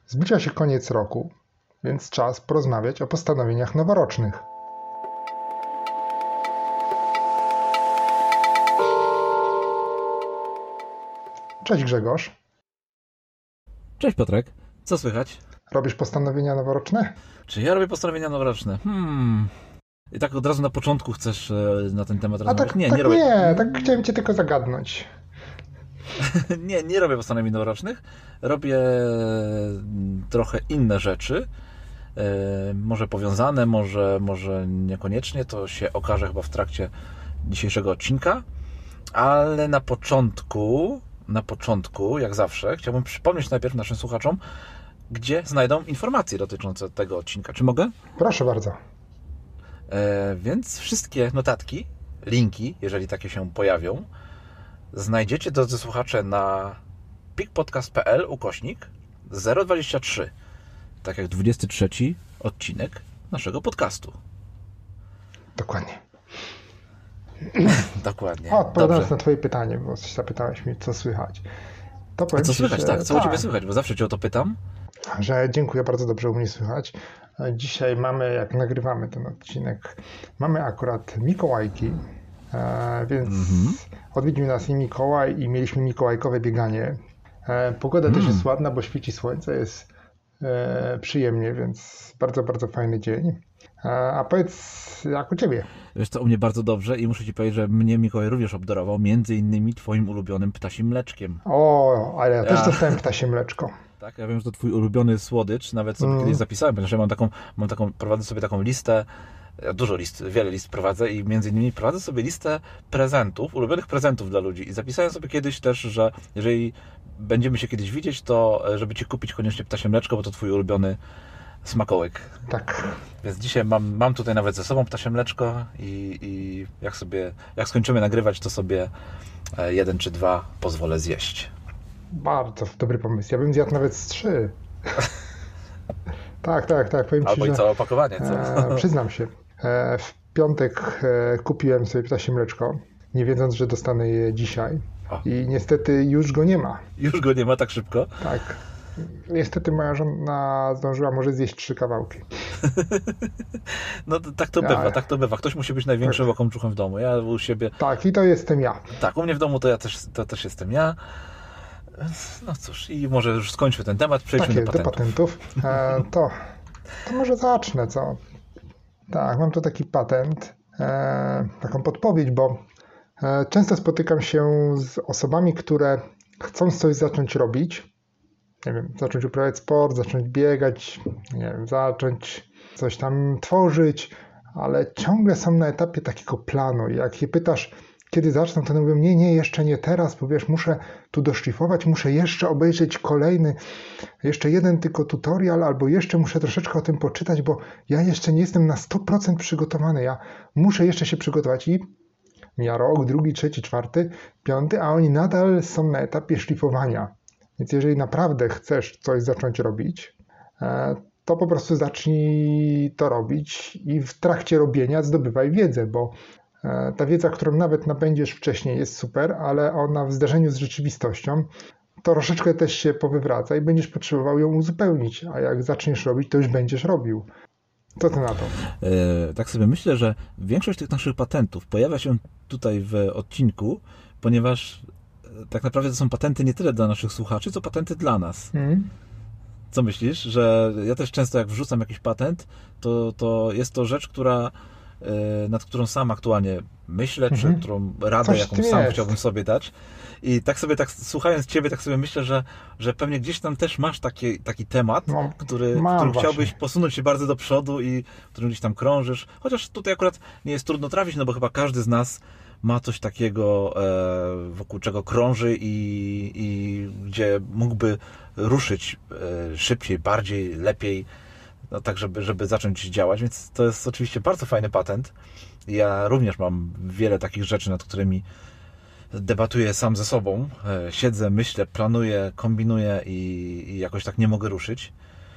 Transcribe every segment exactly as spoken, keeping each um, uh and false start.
Zbliża się koniec roku, więc czas porozmawiać o postanowieniach noworocznych. Cześć Grzegorz. Cześć Piotrek. Co słychać? Robisz postanowienia noworoczne? Czy ja robię postanowienia noworoczne? Hmm... I tak od razu na początku chcesz na ten temat A rozmawiać? tak, nie, tak nie robię. Nie, tak chciałem cię tylko zagadnąć. nie, nie robię postanowień noworocznych. Robię trochę inne rzeczy. Może powiązane, może, może niekoniecznie. To się okaże chyba w trakcie dzisiejszego odcinka. Ale na początku, na początku, jak zawsze, chciałbym przypomnieć najpierw naszym słuchaczom, gdzie znajdą informacje dotyczące tego odcinka. Czy mogę? Proszę bardzo. E, więc wszystkie notatki, linki, jeżeli takie się pojawią, znajdziecie, drodzy słuchacze, na pikpodcast.pl ukośnik zero dwadzieścia trzy. Tak jak dwudziesty trzeci odcinek naszego podcastu. Dokładnie. Dokładnie. O, odpowiadając Dobrze. na twoje pytanie, bo zapytałeś mnie, co słychać. To powiem A co ci, słychać? że, Tak, co u tak, Ciebie słychać? Bo zawsze Cię o to pytam. Że dziękuję, bardzo dobrze u mnie słychać. Dzisiaj mamy, jak nagrywamy ten odcinek, mamy akurat Mikołajki, e, więc Mhm. odwiedził nas i Mikołaj i mieliśmy mikołajkowe bieganie. E, pogoda Mm. też jest ładna, bo świeci słońce, jest e, przyjemnie, więc bardzo, bardzo fajny dzień. E, a powiedz, jak u Ciebie? Wiesz co, u mnie bardzo dobrze i muszę Ci powiedzieć, że mnie Mikołaj również obdarował, między innymi Twoim ulubionym ptasim mleczkiem. O, ale ja też Ja. dostałem ptasie mleczko. Tak, ja wiem, że to twój ulubiony słodycz, nawet sobie Mm. kiedyś zapisałem, ponieważ ja mam taką, mam taką, prowadzę sobie taką listę, ja dużo list, wiele list prowadzę i między innymi prowadzę sobie listę prezentów, ulubionych prezentów dla ludzi i zapisałem sobie kiedyś też, że jeżeli będziemy się kiedyś widzieć, to żeby Ci kupić koniecznie ptasie mleczko, bo to twój ulubiony smakołyk. Tak. Więc dzisiaj mam, mam tutaj nawet ze sobą ptasie mleczko i, i jak sobie, jak skończymy nagrywać, to sobie e, jeden czy dwa pozwolę zjeść. Bardzo dobry pomysł. Ja bym zjadł nawet z trzy. tak, tak, tak. Powiem Albo ci, i że, całe opakowanie, co? e, przyznam się. E, w piątek e, kupiłem sobie ptasie mleczko, nie wiedząc, że dostanę je dzisiaj. O. I niestety już go nie ma. Już go nie ma tak szybko. Tak. Niestety moja żona zdążyła może zjeść trzy kawałki. No to- tak to Ja- bywa, tak to bywa. Ktoś musi być największym łakomczuchem w domu. Ja u siebie, Tak, i to jestem ja. tak, u mnie w domu to ja też, to też jestem ja. No cóż, i może już skończmy ten temat, przejdźmy Tak jest, do do patentów. patentów. E, to, to może zacznę, co? Tak, mam tu taki patent, e, taką podpowiedź, bo e, często spotykam się z osobami, które chcą coś zacząć robić. Nie wiem, zacząć uprawiać sport, zacząć biegać, nie wiem, zacząć coś tam tworzyć, ale ciągle są na etapie takiego planu. I jak je pytasz, kiedy zaczną, to one mówią, nie, nie, jeszcze nie teraz, bo wiesz, muszę tu doszlifować, muszę jeszcze obejrzeć kolejny, jeszcze jeden tylko tutorial, albo jeszcze muszę troszeczkę o tym poczytać, bo ja jeszcze nie jestem na sto procent przygotowany, ja muszę jeszcze się przygotować i mija rok, drugi, trzeci, czwarty, piąty, a oni nadal są na etapie szlifowania. Więc jeżeli naprawdę chcesz coś zacząć robić, e, to po prostu zacznij to robić i w trakcie robienia zdobywaj wiedzę, bo e, ta wiedza, którą nawet nabędziesz wcześniej, jest super, ale ona w zderzeniu z rzeczywistością to troszeczkę też się powywraca i będziesz potrzebował ją uzupełnić, a jak zaczniesz robić, to już będziesz robił. Co ty na to? E, tak sobie myślę, że większość tych naszych patentów pojawia się tutaj w odcinku, ponieważ e, tak naprawdę to są patenty nie tyle dla naszych słuchaczy, co patenty dla nas. Hmm? Co myślisz? Że ja też często jak wrzucam jakiś patent, to, to jest to rzecz, która, e, nad którą sam aktualnie myślę, Mhm. czy którą radę, Coś jaką tu sam jest. chciałbym sobie dać. I tak sobie, tak słuchając Ciebie, tak sobie myślę, że, że pewnie gdzieś tam też masz taki, taki temat, No, który, w mam którym właśnie. chciałbyś posunąć się bardzo do przodu i w którym gdzieś tam krążysz. Chociaż tutaj akurat nie jest trudno trafić, no bo chyba każdy z nas ma coś takiego, e, wokół czego krąży i, i gdzie mógłby ruszyć e, szybciej, bardziej, lepiej, no tak, żeby, żeby zacząć działać. Więc to jest oczywiście bardzo fajny patent. Ja również mam wiele takich rzeczy, nad którymi debatuję sam ze sobą. E, siedzę, myślę, planuję, kombinuję i, i jakoś tak nie mogę ruszyć.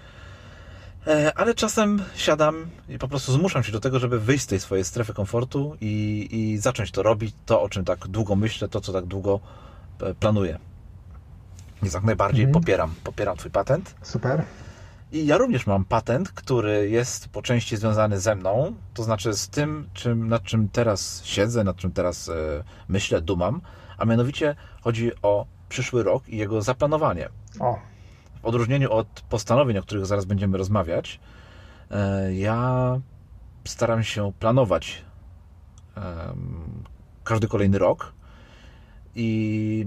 E, ale czasem siadam i po prostu zmuszam się do tego, żeby wyjść z tej swojej strefy komfortu i, i zacząć to robić, to o czym tak długo myślę, to co tak długo e, planuję. Więc jak najbardziej Mhm. popieram, popieram twój patent. Super. I ja również mam patent, który jest po części związany ze mną, to znaczy z tym, czym, nad czym teraz siedzę, nad czym teraz e, myślę, dumam, a mianowicie chodzi o przyszły rok i jego zaplanowanie. O, W odróżnieniu od postanowień, o których zaraz będziemy rozmawiać, e, ja staram się planować e, każdy kolejny rok i,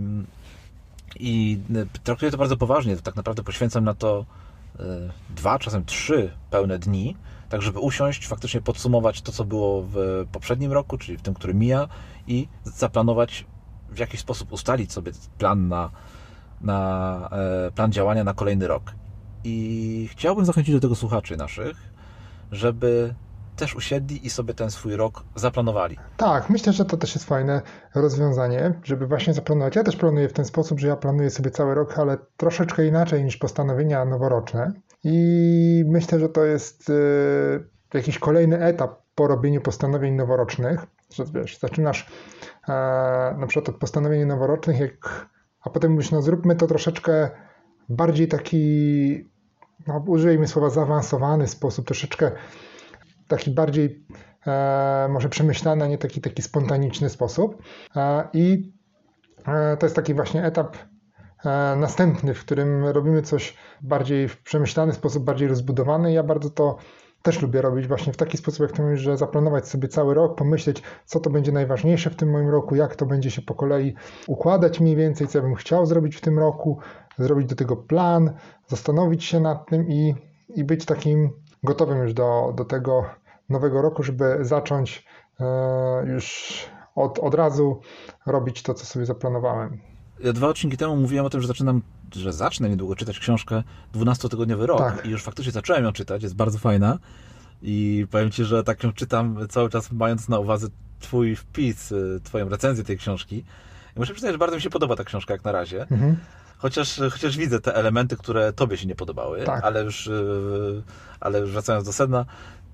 i traktuję to bardzo poważnie. Tak naprawdę poświęcam na to dwa, czasem trzy pełne dni, tak żeby usiąść, faktycznie podsumować to, co było w poprzednim roku, czyli w tym, który mija, i zaplanować, w jakiś sposób ustalić sobie plan na, na plan działania na kolejny rok. I chciałbym zachęcić do tego słuchaczy naszych, żeby też usiedli i sobie ten swój rok zaplanowali. tak, myślę, że to też jest fajne rozwiązanie, żeby właśnie zaplanować. Ja też planuję w ten sposób, że ja planuję sobie cały rok, ale troszeczkę inaczej niż postanowienia noworoczne. I myślę, że to jest y, jakiś kolejny etap po robieniu postanowień noworocznych, że wiesz, zaczynasz e, na przykład od postanowień noworocznych, jak, a potem mówisz, no zróbmy to troszeczkę bardziej taki, no użyjmy słowa zaawansowany sposób, troszeczkę taki bardziej e, może przemyślany, a nie taki, taki spontaniczny sposób. E, I e, to jest taki właśnie etap e, następny, w którym robimy coś bardziej w przemyślany sposób, bardziej rozbudowany. Ja bardzo to też lubię robić właśnie w taki sposób, jak to mówisz, że zaplanować sobie cały rok, pomyśleć, co to będzie najważniejsze w tym moim roku, jak to będzie się po kolei układać mniej więcej, co ja bym chciał zrobić w tym roku, zrobić do tego plan, zastanowić się nad tym i, i być takim gotowym już do, do tego nowego roku, żeby zacząć e, już od, od razu robić to, co sobie zaplanowałem. Ja dwa odcinki temu mówiłem o tym, że zaczynam, że zacznę niedługo czytać książkę dwunastotygodniowy rok. Tak. I już faktycznie zacząłem ją czytać, jest bardzo fajna. I powiem Ci, że tak ją czytam cały czas, mając na uwadze Twój wpis, Twoją recenzję tej książki. I muszę przyznać, że bardzo mi się podoba ta książka jak na razie. Mhm. Chociaż, chociaż widzę te elementy, które Tobie się nie podobały, Tak. ale już, ale już wracając do sedna,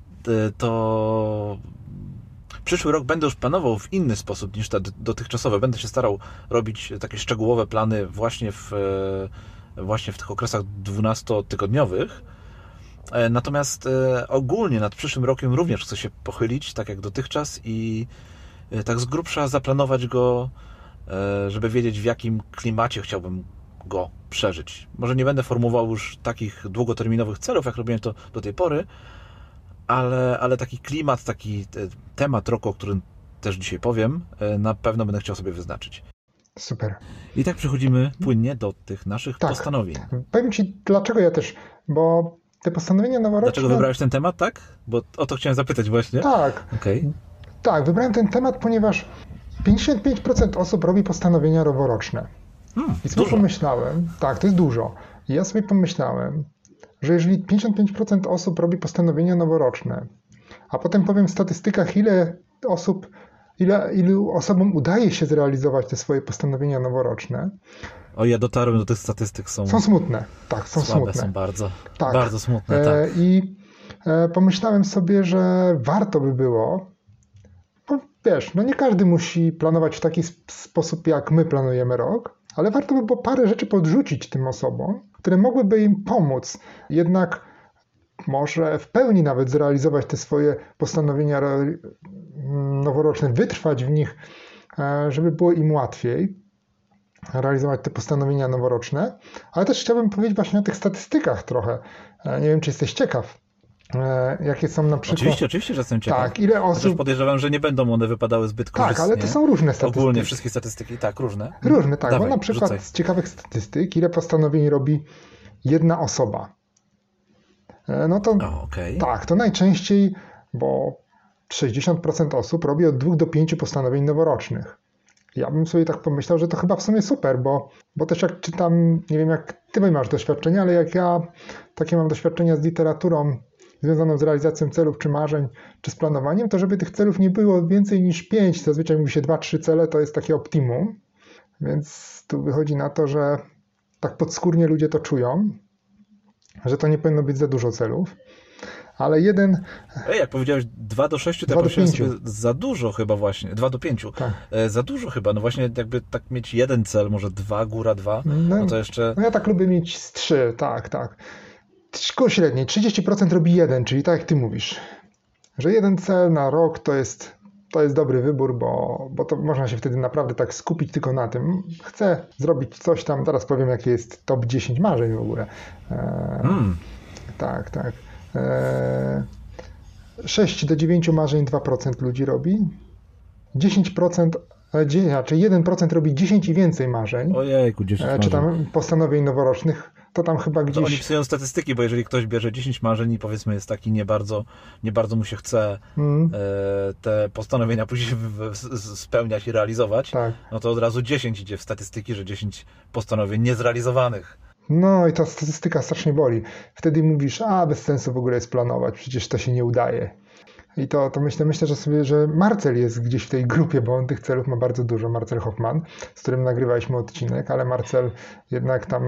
to przyszły rok będę już planował w inny sposób niż te dotychczasowe. Będę się starał robić takie szczegółowe plany właśnie w, właśnie w tych okresach dwunastotygodniowych. Natomiast ogólnie nad przyszłym rokiem również chcę się pochylić, tak jak dotychczas, i tak z grubsza zaplanować go, żeby wiedzieć, w jakim klimacie chciałbym go przeżyć. Może nie będę formułował już takich długoterminowych celów, jak robiłem to do tej pory, ale, ale taki klimat, taki temat roku, o którym też dzisiaj powiem, na pewno będę chciał sobie wyznaczyć. Super. I tak przechodzimy płynnie do tych naszych Tak. postanowień. Powiem Ci, dlaczego ja też, bo te postanowienia noworoczne... Dlaczego wybrałeś ten temat, tak? Bo o to chciałem zapytać właśnie. Tak, Okej. tak, wybrałem ten temat, ponieważ pięćdziesiąt pięć procent osób robi postanowienia noworoczne. Hmm, I sobie dużo. pomyślałem, tak, to jest dużo. I ja sobie pomyślałem, że jeżeli pięćdziesiąt pięć procent osób robi postanowienia noworoczne, a potem powiem w statystykach, ile osób, ile, ilu osobom udaje się zrealizować te swoje postanowienia noworoczne, O, ja dotarłem do tych statystyk, są, są smutne. Tak, są słabe, smutne. są bardzo, Tak. bardzo smutne, tak. E, I e, pomyślałem sobie, że warto by było, bo wiesz, no nie każdy musi planować w taki sp- sposób, jak my planujemy rok, ale warto by było parę rzeczy podrzucić tym osobom, które mogłyby im pomóc jednak może w pełni nawet zrealizować te swoje postanowienia re- noworoczne, wytrwać w nich, e, żeby było im łatwiej realizować te postanowienia noworoczne, ale też chciałbym powiedzieć właśnie o tych statystykach trochę. E, Nie wiem, czy jesteś ciekaw, e, jakie są na przykład... Oczywiście, oczywiście, że jestem ciekaw. Tak, ile Chociaż osób... podejrzewam, że nie będą one wypadały zbyt korzystnie. Tak, ale to są różne statystyki. Ogólnie wszystkie statystyki, tak, różne. Różne, tak, Dawaj, bo na przykład rzucaj. z ciekawych statystyk, ile postanowień robi jedna osoba. E, No to O, okej. tak, to najczęściej, bo sześćdziesiąt procent osób robi od dwóch do pięciu postanowień noworocznych. Ja bym sobie tak pomyślał, że to chyba w sumie super, bo, bo też jak czytam, nie wiem jak ty masz doświadczenia, ale jak ja takie mam doświadczenia z literaturą związaną z realizacją celów czy marzeń, czy z planowaniem, to żeby tych celów nie było więcej niż pięć, zazwyczaj mówi się dwa, trzy cele, to jest takie optimum. Więc tu wychodzi na to, że tak podskórnie ludzie to czują, że to nie powinno być za dużo celów. ale jeden... Ej, jak powiedziałeś dwa do sześciu, to ja pomyślałem sobie za dużo chyba właśnie, dwa do pięciu. Tak. E, za dużo chyba, no właśnie jakby tak mieć jeden cel, może dwa, góra dwa, no, no to jeszcze... No ja tak lubię mieć z trzy, tak, tak. Koło średniej, trzydzieści procent robi jeden, czyli tak jak ty mówisz, że jeden cel na rok to jest, to jest dobry wybór, bo, bo to można się wtedy naprawdę tak skupić tylko na tym. Chcę zrobić coś tam, teraz powiem jakie jest top dziesięć marzeń w ogóle. E, Mm. Tak, tak. E, sześć do dziewięciu marzeń dwa procent ludzi robi. dziesięć procent, znaczy jeden procent robi dziesięć i więcej marzeń. Ojejku, dziesięć e, marzeń. Czy tam postanowień noworocznych. To tam chyba gdzieś... To oni psują statystyki, bo jeżeli ktoś bierze dziesięć marzeń i powiedzmy jest taki nie bardzo, nie bardzo mu się chce Mm. e, te postanowienia później w, w, w, spełniać i realizować, Tak. no to od razu dziesięć idzie w statystyki, że dziesięć postanowień niezrealizowanych. No i ta statystyka strasznie boli. Wtedy mówisz, a bez sensu w ogóle jest planować, przecież to się nie udaje. I to, to myślę, myślę, że sobie, że Marcel jest gdzieś w tej grupie, bo on tych celów ma bardzo dużo, Marcel Hoffman, z którym nagrywaliśmy odcinek, ale Marcel jednak tam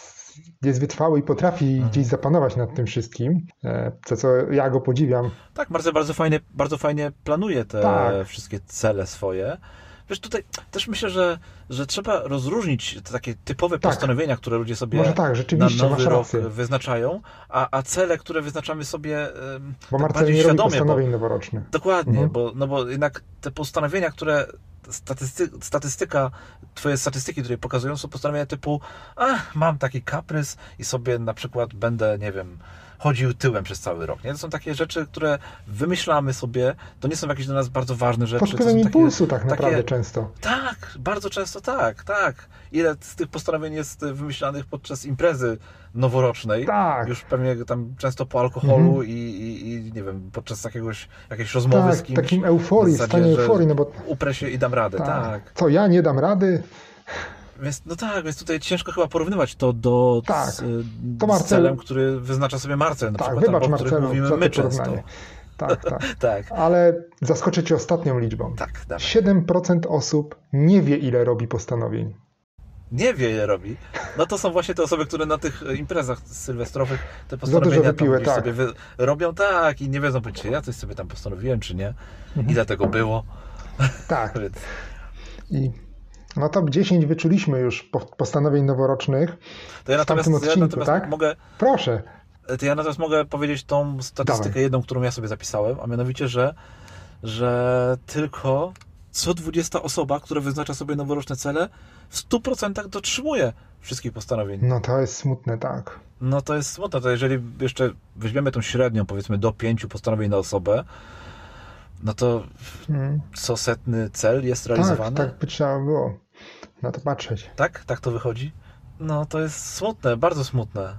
jest wytrwały i potrafi mhm. gdzieś zapanować nad tym wszystkim, co, co ja go podziwiam. Tak, Marcel bardzo fajnie, bardzo fajnie planuje te tak. wszystkie cele swoje. Wiesz, tutaj też myślę, że, że trzeba rozróżnić te takie typowe tak. postanowienia, które ludzie sobie Może tak, rzeczywiście, na nowy rok rację. wyznaczają, a, a cele, które wyznaczamy sobie bo tak Marcel nie robi postanowień bo, noworocznych. Dokładnie, mhm. bo, no bo jednak te postanowienia, które statysty, statystyka, twoje statystyki, które pokazują, są postanowienia typu a, mam taki kaprys i sobie na przykład będę, nie wiem, chodził tyłem przez cały rok. Nie? To są takie rzeczy, które wymyślamy sobie, to nie są jakieś dla nas bardzo ważne rzeczy. Pod wpływem impulsu tak naprawdę takie, często. Tak, bardzo często tak, tak. Ile z tych postanowień jest wymyślanych podczas imprezy noworocznej, tak. już pewnie tam często po alkoholu mhm. i, i, i nie wiem, podczas jakiegoś, jakiejś rozmowy tak, z kimś. takim euforii, w stanie euforii, no bo... Uprę się i dam radę, tak. tak. Co, ja nie dam rady? Więc, no tak, więc tutaj ciężko chyba porównywać to do tak, z, to Marcel... z celem, który wyznacza sobie Marcel, na tak, przykład, wybacz albo o Marcelu, których mówimy my często. Tak, tak. tak. Ale zaskoczę cię ostatnią liczbą. Tak, dawaj. siedem procent osób nie wie, ile robi postanowień. Nie wie, ile robi. No to są właśnie te osoby, które na tych imprezach sylwestrowych te postanowienia wypiły, tam tak. sobie wy... robią tak i nie wiedzą, czy ja coś sobie tam postanowiłem, czy nie. Mhm. Ile tego było. Tak. I no top dziesięć wyczuliśmy już postanowień noworocznych. To ja natomiast, w tamtym odcinku, ja natomiast tak? mogę... Proszę. To ja natomiast mogę powiedzieć tą statystykę Dawaj. jedną, którą ja sobie zapisałem, a mianowicie, że, że tylko co dwudziesta osoba, która wyznacza sobie noworoczne cele, w stu procentach dotrzymuje wszystkich postanowień. No to jest smutne, tak. No to jest smutne. To jeżeli jeszcze weźmiemy tą średnią, powiedzmy do pięciu postanowień na osobę, no to hmm. co setny cel jest realizowany? Tak, tak by trzeba było na to patrzeć. Tak? Tak to wychodzi? No to jest smutne, bardzo smutne.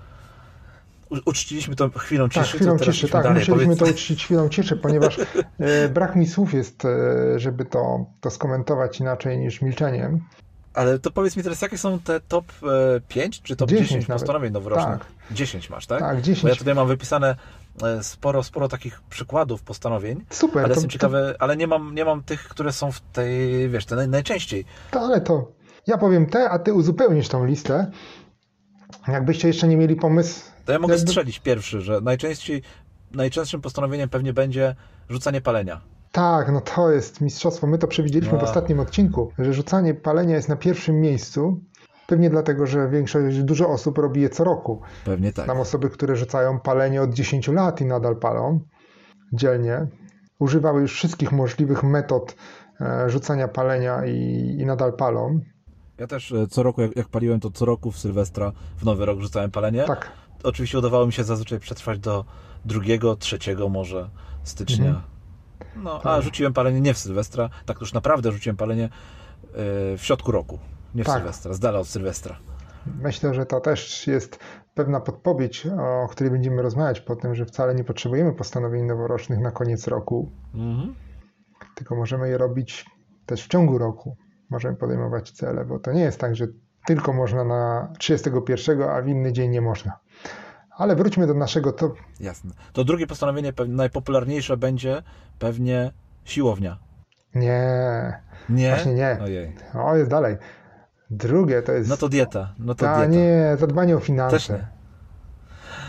U- uczciliśmy to chwilą ciszy. Tak, chwilą ciszy, tak. Dalej, musieliśmy powiedz... to uczcić chwilą ciszy, ponieważ e, brak mi słów jest, e, żeby to, to skomentować inaczej niż milczeniem. Ale to powiedz mi teraz, jakie są te top pięć czy top dziesięć postanowień noworocznych? Tak. dziesięć masz, tak? Tak, dziesięć. Bo ja tutaj mam wypisane sporo, sporo takich przykładów postanowień. Super. Ale to, jestem to... ciekawy, ale nie mam, nie mam tych, które są w tej, wiesz, te naj, najczęściej. To, ale to ja powiem te, a ty uzupełnisz tą listę. Jakbyście jeszcze nie mieli pomysł... To ja mogę jakby... strzelić pierwszy, że najczęściej, najczęstszym postanowieniem pewnie będzie rzucanie palenia. Tak, no to jest mistrzostwo. My to przewidzieliśmy no. w ostatnim odcinku, że rzucanie palenia jest na pierwszym miejscu. Pewnie dlatego, że większość, dużo osób robi je co roku. Pewnie tak. Znam osoby, które rzucają palenie od dziesięciu lat i nadal palą dzielnie. Używały już wszystkich możliwych metod e, rzucania palenia i, i nadal palą. Ja też co roku, jak, jak paliłem, to co roku w Sylwestra, w Nowy Rok rzucałem palenie. Tak. Oczywiście udawało mi się zazwyczaj przetrwać do drugiego, trzeciego może stycznia. Mhm. No, tak. A rzuciłem palenie nie w Sylwestra, tak już naprawdę rzuciłem palenie yy, w środku roku, nie w tak. Sylwestra, z dala od Sylwestra. Myślę, że to też jest pewna podpowiedź, o której będziemy rozmawiać po tym, że wcale nie potrzebujemy postanowień noworocznych na koniec roku, mhm. tylko możemy je robić też w ciągu roku. Możemy podejmować cele, bo to nie jest tak, że tylko można na trzydziestego pierwszego, a w inny dzień nie można. Ale wróćmy do naszego top. Jasne. To drugie postanowienie najpopularniejsze będzie pewnie siłownia. Nie. Nie? Właśnie nie. Ojej. O, jest dalej. Drugie to jest... No to dieta. No to ta, dieta. Nie, zadbanie o finanse. Też nie.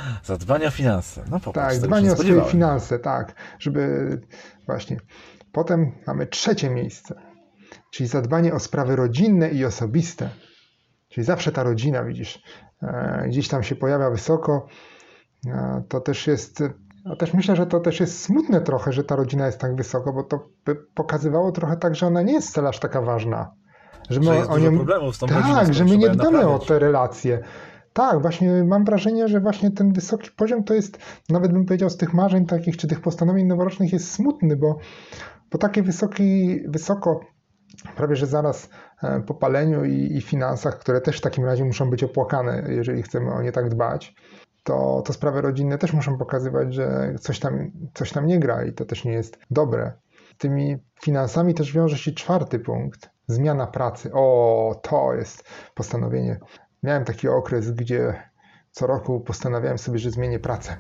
Zadbanie o finanse. No po Tak, prostu, dbanie o swoje spodziewałem. finanse, tak, żeby właśnie. Potem mamy trzecie miejsce, czyli zadbanie o sprawy rodzinne i osobiste. Czyli zawsze ta rodzina, widzisz, gdzieś tam się pojawia wysoko. To też jest, no też myślę, że to też jest smutne trochę, że ta rodzina jest tak wysoko, bo to by pokazywało trochę tak, że ona nie jest wcale aż taka ważna. Że my Że jest o dużo nią, problemów z tą rodziną, z tak, którą że my nie trzeba dbamy o naprawiać. te relacje. Tak, właśnie mam wrażenie, że właśnie ten wysoki poziom to jest, nawet bym powiedział, z tych marzeń takich, czy tych postanowień noworocznych jest smutny, bo po takie wysoki, wysoko, prawie że zaraz po paleniu i, i finansach, które też w takim razie muszą być opłakane, jeżeli chcemy o nie tak dbać, to, to sprawy rodzinne też muszą pokazywać, że coś tam, coś tam nie gra i to też nie jest dobre. Z tymi finansami też wiąże się czwarty punkt. Zmiana pracy. O, to jest postanowienie. Miałem taki okres, gdzie co roku postanawiałem sobie, że zmienię pracę.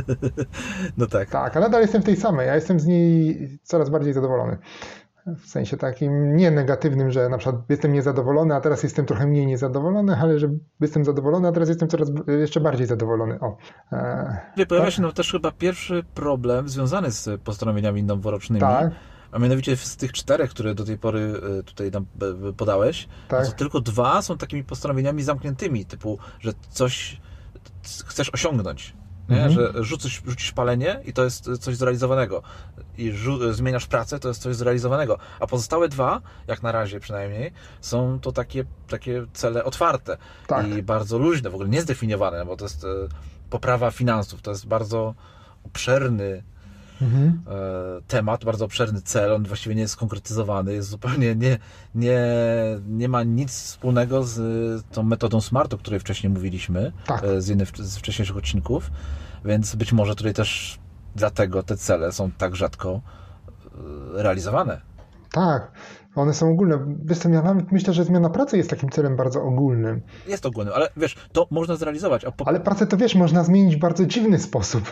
No tak. Tak, a nadal jestem w tej samej. Ja jestem z niej coraz bardziej zadowolony. W sensie takim nie negatywnym, że na przykład jestem niezadowolony, a teraz jestem trochę mniej niezadowolony, ale że jestem zadowolony, a teraz jestem coraz jeszcze bardziej zadowolony. O. Eee, Pojawia się no, też chyba pierwszy problem związany z postanowieniami noworocznymi. Tak. A mianowicie z tych czterech, które do tej pory tutaj nam podałeś, Tak. to tylko dwa są takimi postanowieniami zamkniętymi, typu, że coś chcesz osiągnąć. Nie? Mhm. Że rzucisz, rzucisz palenie i to jest coś zrealizowanego. I rzu- zmieniasz pracę, to jest coś zrealizowanego. A pozostałe dwa, jak na razie przynajmniej, są to takie, takie cele otwarte. Tak. I bardzo luźne, w ogóle niezdefiniowane, bo to jest e, poprawa finansów. To jest bardzo obszerny mhm. e, temat, bardzo obszerny cel. On właściwie nie jest skonkretyzowany. Jest zupełnie nie, nie, nie ma nic wspólnego z tą metodą SMART, o której wcześniej mówiliśmy, tak. e, z jednych z wcześniejszych odcinków. Więc być może tutaj też dlatego te cele są tak rzadko realizowane. Tak, one są ogólne. Ja myślę, że zmiana pracy jest takim celem bardzo ogólnym. Jest ogólnym, ale wiesz, to można zrealizować. A po... Ale pracę to wiesz, można zmienić w bardzo dziwny sposób.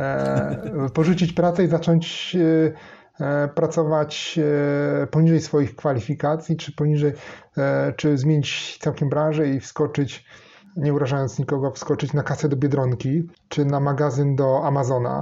E, porzucić pracę i zacząć e, pracować e, poniżej swoich kwalifikacji, czy poniżej, e, czy zmienić całkiem branżę i wskoczyć, nie urażając nikogo, wskoczyć na kasę do Biedronki, czy na magazyn do Amazona,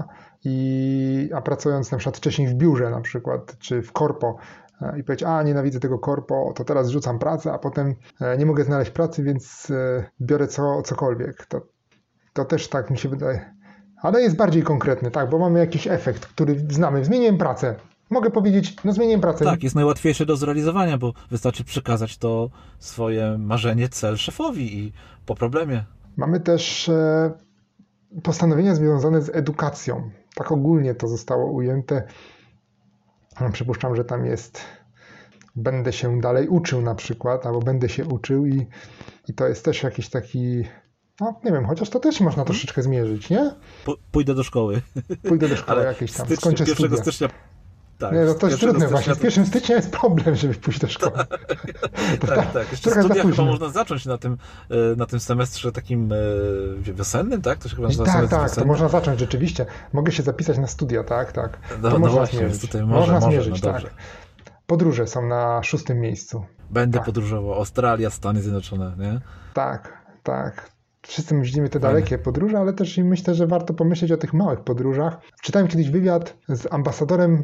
i, a pracując na przykład wcześniej w biurze na przykład, czy w korpo i powiedzieć, a nienawidzę tego korpo, to teraz rzucam pracę, a potem nie mogę znaleźć pracy, więc biorę co, cokolwiek. To, to też tak mi się wydaje. Ale jest bardziej konkretny, tak, bo mamy jakiś efekt, który znamy. Zmieniłem pracę. Mogę powiedzieć, no zmieniłem pracę. Tak, jest najłatwiejsze do zrealizowania, bo wystarczy przekazać to swoje marzenie, cel szefowi i po problemie. Mamy też e, postanowienia związane z edukacją. Tak ogólnie to zostało ujęte. Przypuszczam, że tam jest będę się dalej uczył na przykład, albo będę się uczył i, i to jest też jakiś taki, no nie wiem, chociaż to też można troszeczkę zmierzyć, nie? Pójdę do szkoły. Pójdę do szkoły jakieś tam, stycznia, skończę pierwszego studia. stycznia. Tak, nie, no to jest trudne właśnie. To... W pierwszym stycznia jest problem, żeby pójść do szkoły. tak, tak, tak. Jeszcze studia chyba można zacząć na tym, na tym semestrze takim wiosennym, tak? To się chyba nazywa tak, tak, wiosenny. to można zacząć rzeczywiście. Mogę się zapisać na studia, tak, tak. No, to no można właśnie, zmierzyć. Tutaj może, można może, zmierzyć, no tak. dobrze. Podróże są na szóstym miejscu. Będę tak. podróżował. Australia, Stany Zjednoczone, nie? Tak, tak. Wszyscy myślimy te dalekie Fajne. podróże, ale też myślę, że warto pomyśleć o tych małych podróżach. Czytałem kiedyś wywiad z ambasadorem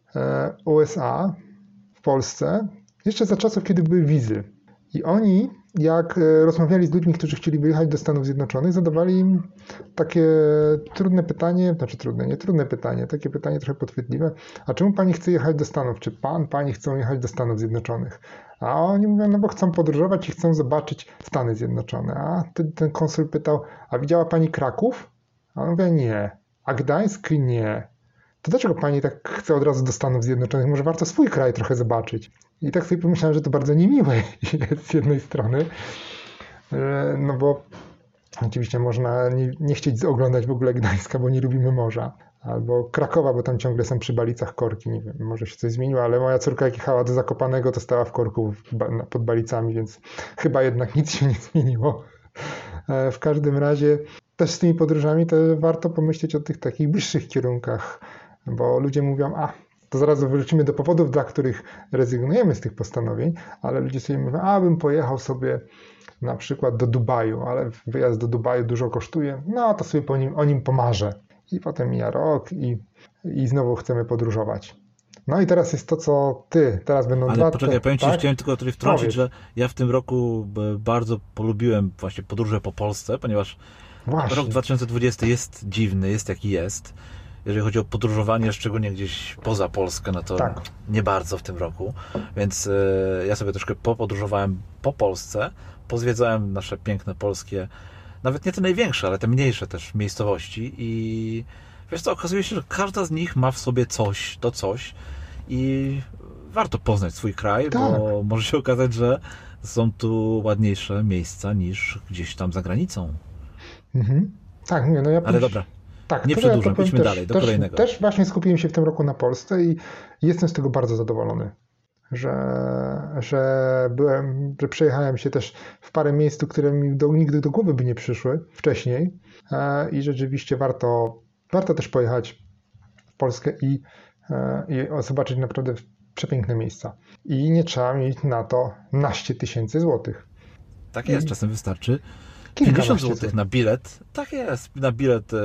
U S A w Polsce, jeszcze za czasów, kiedy były wizy. I oni, jak rozmawiali z ludźmi, którzy chcieli wyjechać do Stanów Zjednoczonych, zadawali im takie trudne pytanie, znaczy trudne, nie trudne pytanie, takie pytanie trochę podchwytliwe. A czemu pani chce jechać do Stanów? Czy pan, pani chcą jechać do Stanów Zjednoczonych? A oni mówią, no bo chcą podróżować i chcą zobaczyć Stany Zjednoczone. A ten, ten konsul pytał, a widziała pani Kraków? A on mówi, nie. A Gdańsk? Nie. To dlaczego pani tak chce od razu do Stanów Zjednoczonych? Może warto swój kraj trochę zobaczyć. I tak sobie pomyślałem, że to bardzo niemiłe jest z jednej strony, no bo oczywiście można nie, nie chcieć oglądać w ogóle Gdańska, bo nie lubimy morza. Albo Krakowa, bo tam ciągle są przy Balicach korki. Nie wiem, może się coś zmieniło, ale moja córka jak jechała do Zakopanego, to stała w korku pod Balicami, więc chyba jednak nic się nie zmieniło. W każdym razie też z tymi podróżami to warto pomyśleć o tych takich bliższych kierunkach, bo ludzie mówią, a to zaraz wrócimy do powodów, dla których rezygnujemy z tych postanowień, ale ludzie sobie mówią, a bym pojechał sobie na przykład do Dubaju, ale wyjazd do Dubaju dużo kosztuje, no to sobie po nim, o nim pomarzę. I potem mija rok i, i znowu chcemy podróżować. No i teraz jest to, co ty, teraz będą Ale dwa... poczekaj, powiem ci, tak? chciałem tylko tutaj wtrącić, Powiedz. że ja w tym roku b- bardzo polubiłem właśnie podróże po Polsce, ponieważ Właśnie. rok dwa tysiące dwudziesty jest dziwny, jest jaki jest. Jeżeli chodzi o podróżowanie, szczególnie gdzieś poza Polskę, no to Tak. nie bardzo w tym roku. Więc e, ja sobie troszkę popodróżowałem po Polsce, pozwiedzałem nasze piękne polskie, nawet nie te największe, ale te mniejsze też miejscowości i wiesz co, okazuje się, że każda z nich ma w sobie coś, to coś i warto poznać swój kraj, Tak. bo może się okazać, że są tu ładniejsze miejsca niż gdzieś tam za granicą. Mhm. Tak, nie, no ja... Ale dobra. Tak, Nie to ja to przedłużam, powiem idźmy też, dalej, do też, kolejnego. Też właśnie skupiłem się w tym roku na Polsce i jestem z tego bardzo zadowolony, że, że byłem, że przejechałem się też w parę miejsc, które mi do, nigdy do głowy by nie przyszły wcześniej e, i rzeczywiście warto, warto też pojechać w Polskę i, e, i zobaczyć naprawdę przepiękne miejsca. I nie trzeba mieć na to naście tysięcy złotych. Tak jest, I- czasem wystarczy Kilkanaście pięćdziesiąt złotych złotych. na bilet. Tak jest, na bilet e,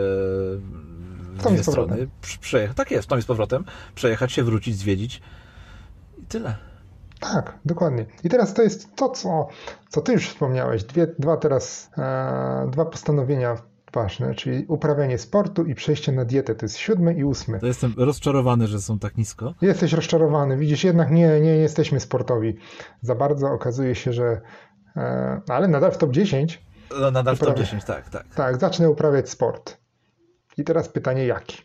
w Tam i dwie z powrotem. strony. Przy- Przejechać, tak jest, tam i z powrotem. Przejechać się, wrócić, zwiedzić i tyle. Tak, dokładnie. I teraz to jest to, co, co ty już wspomniałeś. Dwie, dwa teraz, e, dwa postanowienia ważne, czyli uprawianie sportu i przejście na dietę. To jest siódmy i ósmy. To jestem rozczarowany, że są tak nisko. Jesteś rozczarowany. Widzisz, jednak nie, nie, nie jesteśmy sportowi. Za bardzo okazuje się, że e, ale nadal w top dziesięć. No, nadal w top Uprawiam. dziesięć, tak, tak. Tak, zacznę uprawiać sport. I teraz pytanie jaki?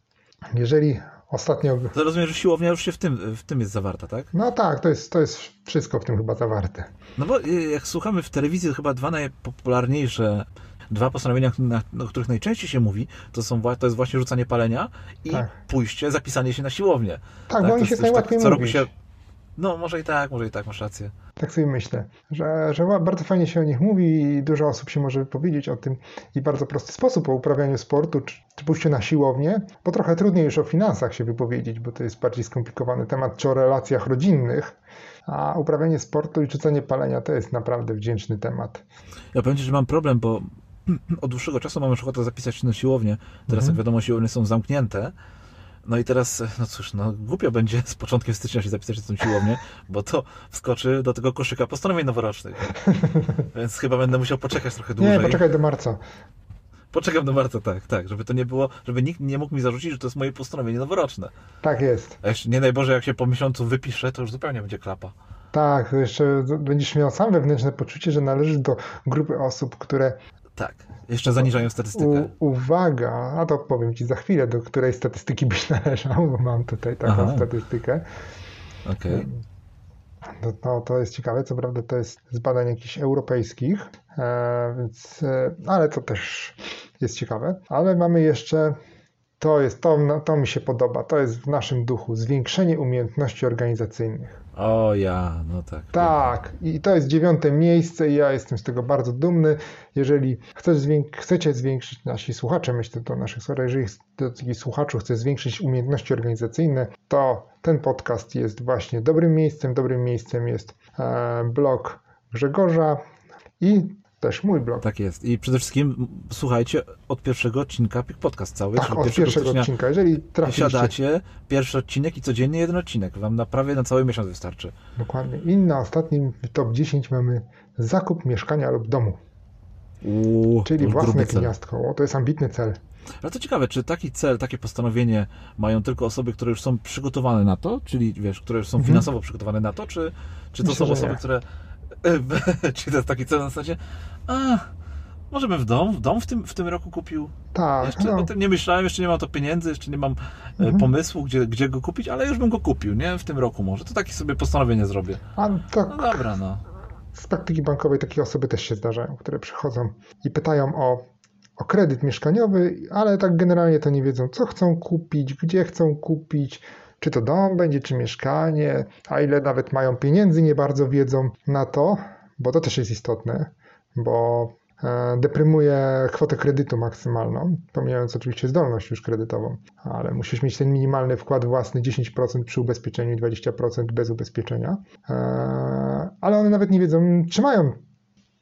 Jeżeli ostatnio... To rozumiem, że siłownia już się w tym, w tym jest zawarta, tak? No tak, to jest, to jest wszystko w tym chyba zawarte. No bo y, jak słuchamy w telewizji, to chyba dwa najpopularniejsze, dwa postanowienia, na, o których najczęściej się mówi, to, są, wła- to jest właśnie rzucanie palenia i Tak. pójście, zapisanie się na siłownię. Tak, bo to oni się jest już najłatwiej co roku mówić. się. No może i tak, może i tak, masz rację. Tak sobie myślę, że, że bardzo fajnie się o nich mówi i dużo osób się może wypowiedzieć o tym i bardzo prosty sposób o uprawianiu sportu, czy, czy pójściu na siłownię, bo trochę trudniej już o finansach się wypowiedzieć, bo to jest bardziej skomplikowany temat, czy o relacjach rodzinnych, a uprawianie sportu i rzucanie palenia to jest naprawdę wdzięczny temat. Ja powiem ci, że mam problem, bo od dłuższego czasu mam już ochotę zapisać się na siłownię. Teraz Mhm. jak wiadomo, siłownie są zamknięte. No i teraz, no cóż, no głupio będzie z początkiem stycznia się zapisać na tą siłownię, bo to wskoczy do tego koszyka postanowień noworocznych. Więc chyba będę musiał poczekać trochę dłużej. Nie, poczekaj do marca. Poczekam do marca, tak, tak, żeby to nie było, żeby nikt nie mógł mi zarzucić, że to jest moje postanowienie noworoczne. Tak jest. A jeszcze nie daj Boże, jak się po miesiącu wypiszę, to już zupełnie będzie klapa. Tak, to jeszcze będziesz miał sam wewnętrzne poczucie, że należysz do grupy osób, które Tak, jeszcze zaniżają statystykę. U, uwaga, a to powiem Ci za chwilę, do której statystyki byś należał, bo mam tutaj taką Aha. statystykę. Okej. To, to, to jest ciekawe, co prawda to jest z badań jakichś europejskich, e, więc, e, ale to też jest ciekawe. Ale mamy jeszcze, to jest, to, no, to mi się podoba, to jest w naszym duchu, zwiększenie umiejętności organizacyjnych. O ja, no tak. Tak, i to jest dziewiąte miejsce i ja jestem z tego bardzo dumny. Jeżeli chcesz zwięk- chcecie zwiększyć, nasi słuchacze, myślę to naszych słuchaczy, jeżeli do takich słuchaczy chce zwiększyć umiejętności organizacyjne, to ten podcast jest właśnie dobrym miejscem. Dobrym miejscem jest e, blog Grzegorza i też mój blog. Tak jest. I przede wszystkim m, słuchajcie od pierwszego odcinka Pik Podcast cały. Tak, czyli od pierwszego pierwszego stycznia odcinka. Jeżeli trafiliście... Siadacie, pierwszy odcinek i codziennie jeden odcinek. Wam na prawie na cały miesiąc wystarczy. Dokładnie. I na ostatnim top dziesięć mamy zakup mieszkania lub domu, Uuu, czyli już własne gruby cel. gniazdko. O, to jest ambitny cel. Ale to ciekawe, czy taki cel, takie postanowienie mają tylko osoby, które już są przygotowane na to, czyli wiesz, które już są Mhm. finansowo przygotowane na to, czy, czy to Myślę, są że osoby, nie. które czy to jest taki cel na zasadzie a, może bym w dom, w dom w tym, w tym roku kupił. Tak, Jeszcze no. o tym nie myślałem, jeszcze nie mam to pieniędzy, jeszcze nie mam e, Mhm. pomysłu, gdzie, gdzie go kupić, ale już bym go kupił, nie? W tym roku może. To takie sobie postanowienie zrobię. A tak, No dobra, no. z praktyki bankowej takie osoby też się zdarzają, które przychodzą i pytają o, o kredyt mieszkaniowy, ale tak generalnie to nie wiedzą, co chcą kupić, gdzie chcą kupić, czy to dom będzie, czy mieszkanie, a ile nawet mają pieniędzy, nie bardzo wiedzą na to, bo to też jest istotne, bo e, deprymuje kwotę kredytu maksymalną, pomijając oczywiście zdolność już kredytową, ale musisz mieć ten minimalny wkład własny dziesięć procent przy ubezpieczeniu i dwadzieścia procent bez ubezpieczenia, e, ale one nawet nie wiedzą, czy mają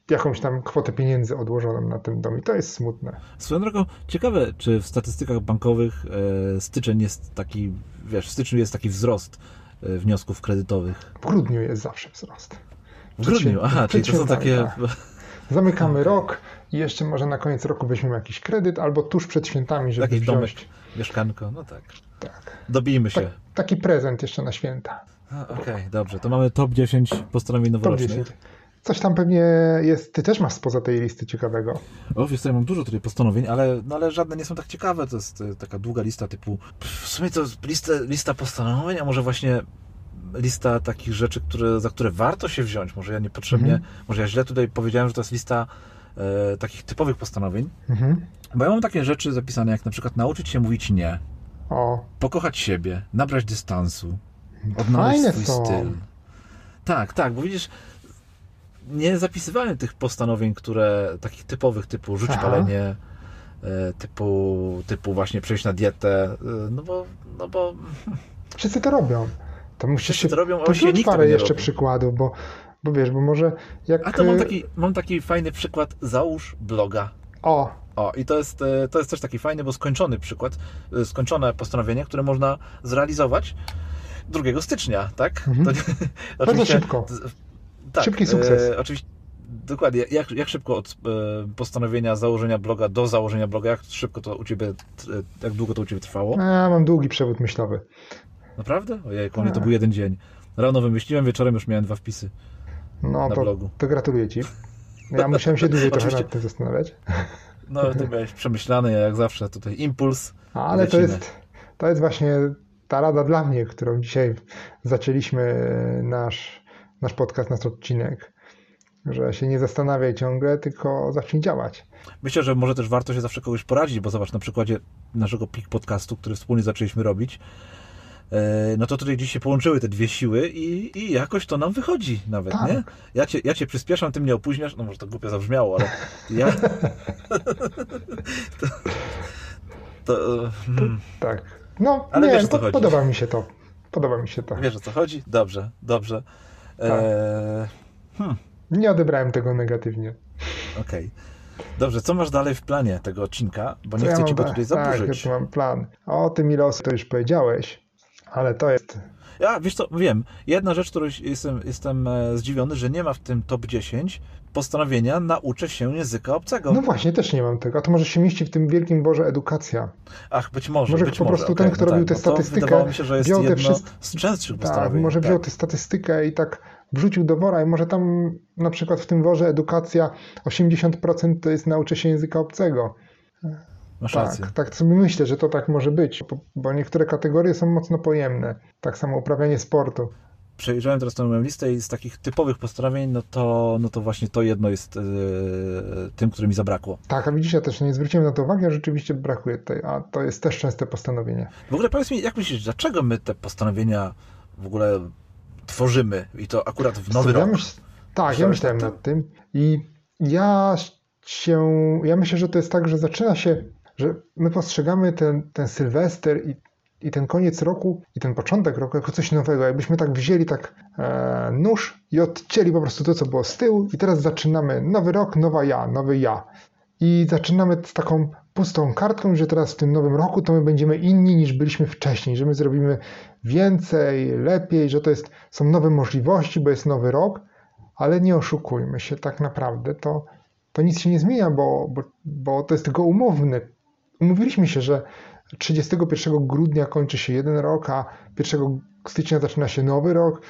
jakąś tam kwotę pieniędzy odłożoną na ten dom i to jest smutne. Swoją drogą, ciekawe, czy w statystykach bankowych e, styczeń jest taki, wiesz, w styczniu jest taki wzrost e, wniosków kredytowych. W grudniu jest zawsze wzrost. W grudniu, aha, czyli to są takie... Tak. Zamykamy rok i jeszcze może na koniec roku weźmiemy jakiś kredyt albo tuż przed świętami, żeby Jakiś wziąć... domek, mieszkanko, no tak. Tak. Dobijmy się. Tak, taki prezent jeszcze na święta. Okej, okay, dobrze, to mamy top dziesięć postanowień noworocznych. top dziesięć. Coś tam pewnie jest, ty też masz spoza tej listy ciekawego. O, wiesz co, ja mam dużo tutaj postanowień, ale, no, ale żadne nie są tak ciekawe. To jest y, taka długa lista typu... W sumie to jest lista, lista postanowień, a może właśnie lista takich rzeczy, które, za które warto się wziąć. Może ja niepotrzebnie, mhm. może ja źle tutaj powiedziałem, że to jest lista e, takich typowych postanowień. Mhm. Bo ja mam takie rzeczy zapisane, jak na przykład nauczyć się mówić nie, o. pokochać siebie, nabrać dystansu, odnaleźć Fajne swój są. styl. Tak, tak, bo widzisz, nie zapisywałem tych postanowień, które takich typowych, typu rzuć Aha. palenie, typu, typu właśnie przejść na dietę, no bo... No bo... Wszyscy to robią. To musisz Wszyscy się... to robią, to a się nikt parę nie jeszcze robi. przykładów, bo, bo wiesz, bo może jak... A to mam taki, mam taki fajny przykład, załóż bloga. O! O, i to jest, to jest też taki fajny, bo skończony przykład, skończone postanowienie, które można zrealizować drugiego stycznia, tak? Mhm. To, bardzo szybko. Tak, szybki sukces. E, oczywiście, dokładnie. Jak, jak szybko od e, postanowienia założenia bloga do założenia bloga, jak szybko to u Ciebie, e, jak długo to u Ciebie trwało? Ja mam długi przewód myślowy. Naprawdę? Ojej, u mnie to był jeden dzień. Rano wymyśliłem, wieczorem już miałem dwa wpisy no, na to, blogu. to gratuluję Ci. Ja musiałem się dłużej trochę nad tym zastanawiać. No, to miałeś przemyślane, jak zawsze tutaj impuls. Ale to jest, to jest właśnie ta rada dla mnie, którą dzisiaj zaczęliśmy nasz, nasz podcast, nasz odcinek, że się nie zastanawiaj ciągle, tylko zacznij działać. Myślę, że może też warto się zawsze kogoś poradzić, bo zobacz, na przykładzie naszego P I K podcastu, który wspólnie zaczęliśmy robić, no to tutaj dziś się połączyły te dwie siły i, i jakoś to nam wychodzi nawet, tak. nie? Ja cię, ja cię przyspieszam, ty mnie opóźniasz, no może to głupio zabrzmiało, ale ja... to, to, hmm. Tak. No, ale nie, wiesz, o co po, chodzi. Podoba mi się to. Podoba mi się to. Wiesz, o co chodzi? Dobrze, dobrze. Tak. Eee, hmm. Nie odebrałem tego negatywnie. Okej. Okay. Dobrze, co masz dalej w planie tego odcinka? Bo nie co chcę ja ci go mam, tutaj tak, zaburzyć. Tak, ja mam plan. O tym ile osób to już powiedziałeś, ale to jest... Ja, wiesz co, wiem. Jedna rzecz, którą jestem, jestem zdziwiony, że nie ma w tym top dziesięć postanowienia nauczę się języka obcego. No właśnie, też nie mam tego. A to może się mieści w tym wielkim worze edukacja. Ach, być może, Może być po może. prostu okay, ten, kto no robił tak, tę no statystykę, wydawało mi się, że jest wziął jedno te wszystkie... z częstszych tak, postanowień. może wziął tak. tę statystykę i tak wrzucił do wora i może tam na przykład w tym worze edukacja osiemdziesiąt procent to jest nauczę się języka obcego. Masz tak, rację. tak sobie myślę, że to tak może być, bo, bo niektóre kategorie są mocno pojemne. Tak samo uprawianie sportu. Przejrzałem teraz tę moją listę i z takich typowych postanowień, no to, no to właśnie to jedno jest yy, tym, które mi zabrakło. Tak, a widzisz, ja też nie zwróciłem na to uwagi, a rzeczywiście brakuje tutaj, a to jest też częste postanowienie. W ogóle powiedz mi, jak myślisz, dlaczego my te postanowienia w ogóle tworzymy i to akurat w nowy ja rok? Myśl... Tak, ja myślałem nad tym i ja się, ja myślę, że to jest tak, że zaczyna się, że my postrzegamy ten, ten Sylwester i I ten koniec roku, i ten początek roku jako coś nowego. Jakbyśmy tak wzięli tak e, nóż i odcięli po prostu to, co było z tyłu i teraz zaczynamy nowy rok, nowa ja, nowy ja. I zaczynamy z taką pustą kartką, że teraz w tym nowym roku to my będziemy inni niż byliśmy wcześniej, że my zrobimy więcej, lepiej, że to jest, są nowe możliwości, bo jest nowy rok, ale nie oszukujmy się, tak naprawdę to, to nic się nie zmienia, bo, bo, bo to jest tylko umowne. Umówiliśmy się, że trzydziestego pierwszego grudnia kończy się jeden rok, a pierwszego stycznia zaczyna się nowy rok,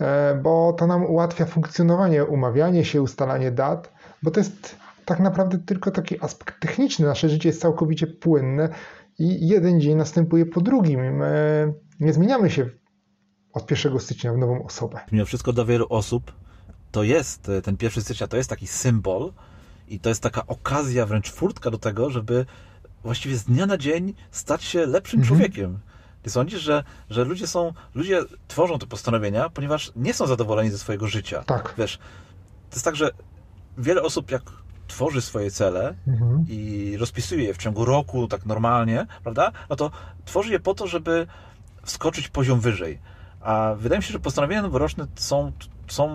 bo to nam ułatwia funkcjonowanie, umawianie się, ustalanie dat, bo to jest tak naprawdę tylko taki aspekt techniczny. Nasze życie jest całkowicie płynne i jeden dzień następuje po drugim. My nie zmieniamy się od pierwszego stycznia w nową osobę. Mimo wszystko dla wielu osób to jest, ten pierwszy stycznia to jest taki symbol i to jest taka okazja, wręcz furtka do tego, żeby właściwie z dnia na dzień stać się lepszym mhm. człowiekiem. Ty sądzisz, że, że ludzie są, ludzie tworzą te postanowienia, ponieważ nie są zadowoleni ze swojego życia. Tak. Wiesz, to jest tak, że wiele osób jak tworzy swoje cele mhm. i rozpisuje je w ciągu roku tak normalnie, prawda? No to tworzy je po to, żeby wskoczyć poziom wyżej. A wydaje mi się, że postanowienia noworoczne są, są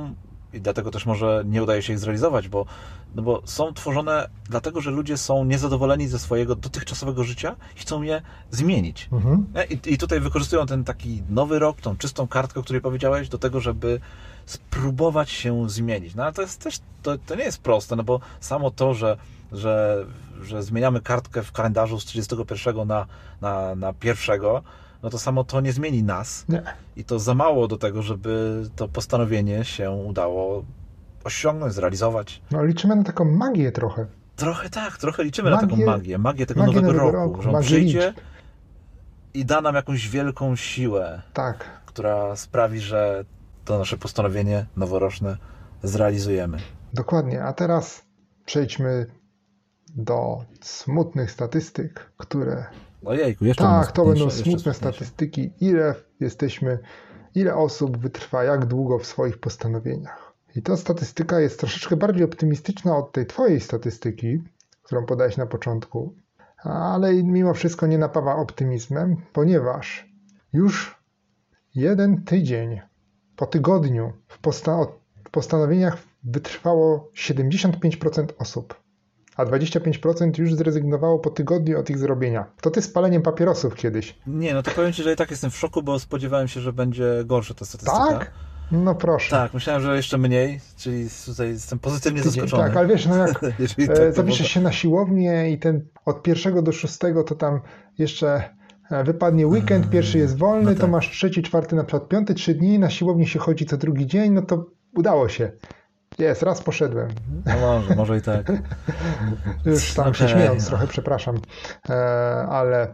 i dlatego też może nie udaje się ich zrealizować, bo, no bo są tworzone dlatego, że ludzie są niezadowoleni ze swojego dotychczasowego życia i chcą je zmienić. Mhm. I, I tutaj wykorzystują ten taki nowy rok, tą czystą kartkę, o której powiedziałeś, do tego, żeby spróbować się zmienić. No ale to jest też, to, to nie jest proste, no bo samo to, że, że, że zmieniamy kartkę w kalendarzu z trzydziestego pierwszego na, na, na pierwszego, no to samo to nie zmieni nas. Nie. I to za mało do tego, żeby to postanowienie się udało osiągnąć, zrealizować. No liczymy na taką magię trochę. Trochę tak, trochę liczymy Magię- na taką magię, magię tego magię nowego, nowego roku, roku, że on magię przyjdzie liczb. i da nam jakąś wielką siłę, Tak. która sprawi, że to nasze postanowienie noworoczne zrealizujemy. Dokładnie, a teraz przejdźmy do smutnych statystyk, które... Ojejku, jeszcze Tak, to będą smutniejsze, jeszcze smutne smutniejsze. statystyki, ile jesteśmy, ile osób wytrwa jak długo w swoich postanowieniach. I ta statystyka jest troszeczkę bardziej optymistyczna od tej twojej statystyki, którą podałeś na początku, ale mimo wszystko nie napawa optymizmem, ponieważ już jeden tydzień po tygodniu w posta- w postanowieniach wytrwało siedemdziesiąt pięć procent osób, a dwadzieścia pięć procent już zrezygnowało po tygodniu od ich zrobienia. To ty z paleniem papierosów kiedyś. Nie, no to powiem Ci, że i tak jestem w szoku, bo spodziewałem się, że będzie gorsza ta statystyka. Tak? No proszę. Tak, myślałem, że jeszcze mniej, czyli tutaj jestem pozytywnie Tydzień, zaskoczony. tak, ale wiesz, no jak Jeżeli e, tak, to zapiszesz może- się na siłownię i ten od pierwszego do szóstego to tam jeszcze e, wypadnie weekend, pierwszy jest wolny, no to tak. masz trzeci, czwarty, na przykład piąty, trzy dni, na siłowni się chodzi co drugi dzień, no to udało się. Jest, raz poszedłem. No może, może i tak. Już tam się Okej. śmiejąc trochę, przepraszam, e, ale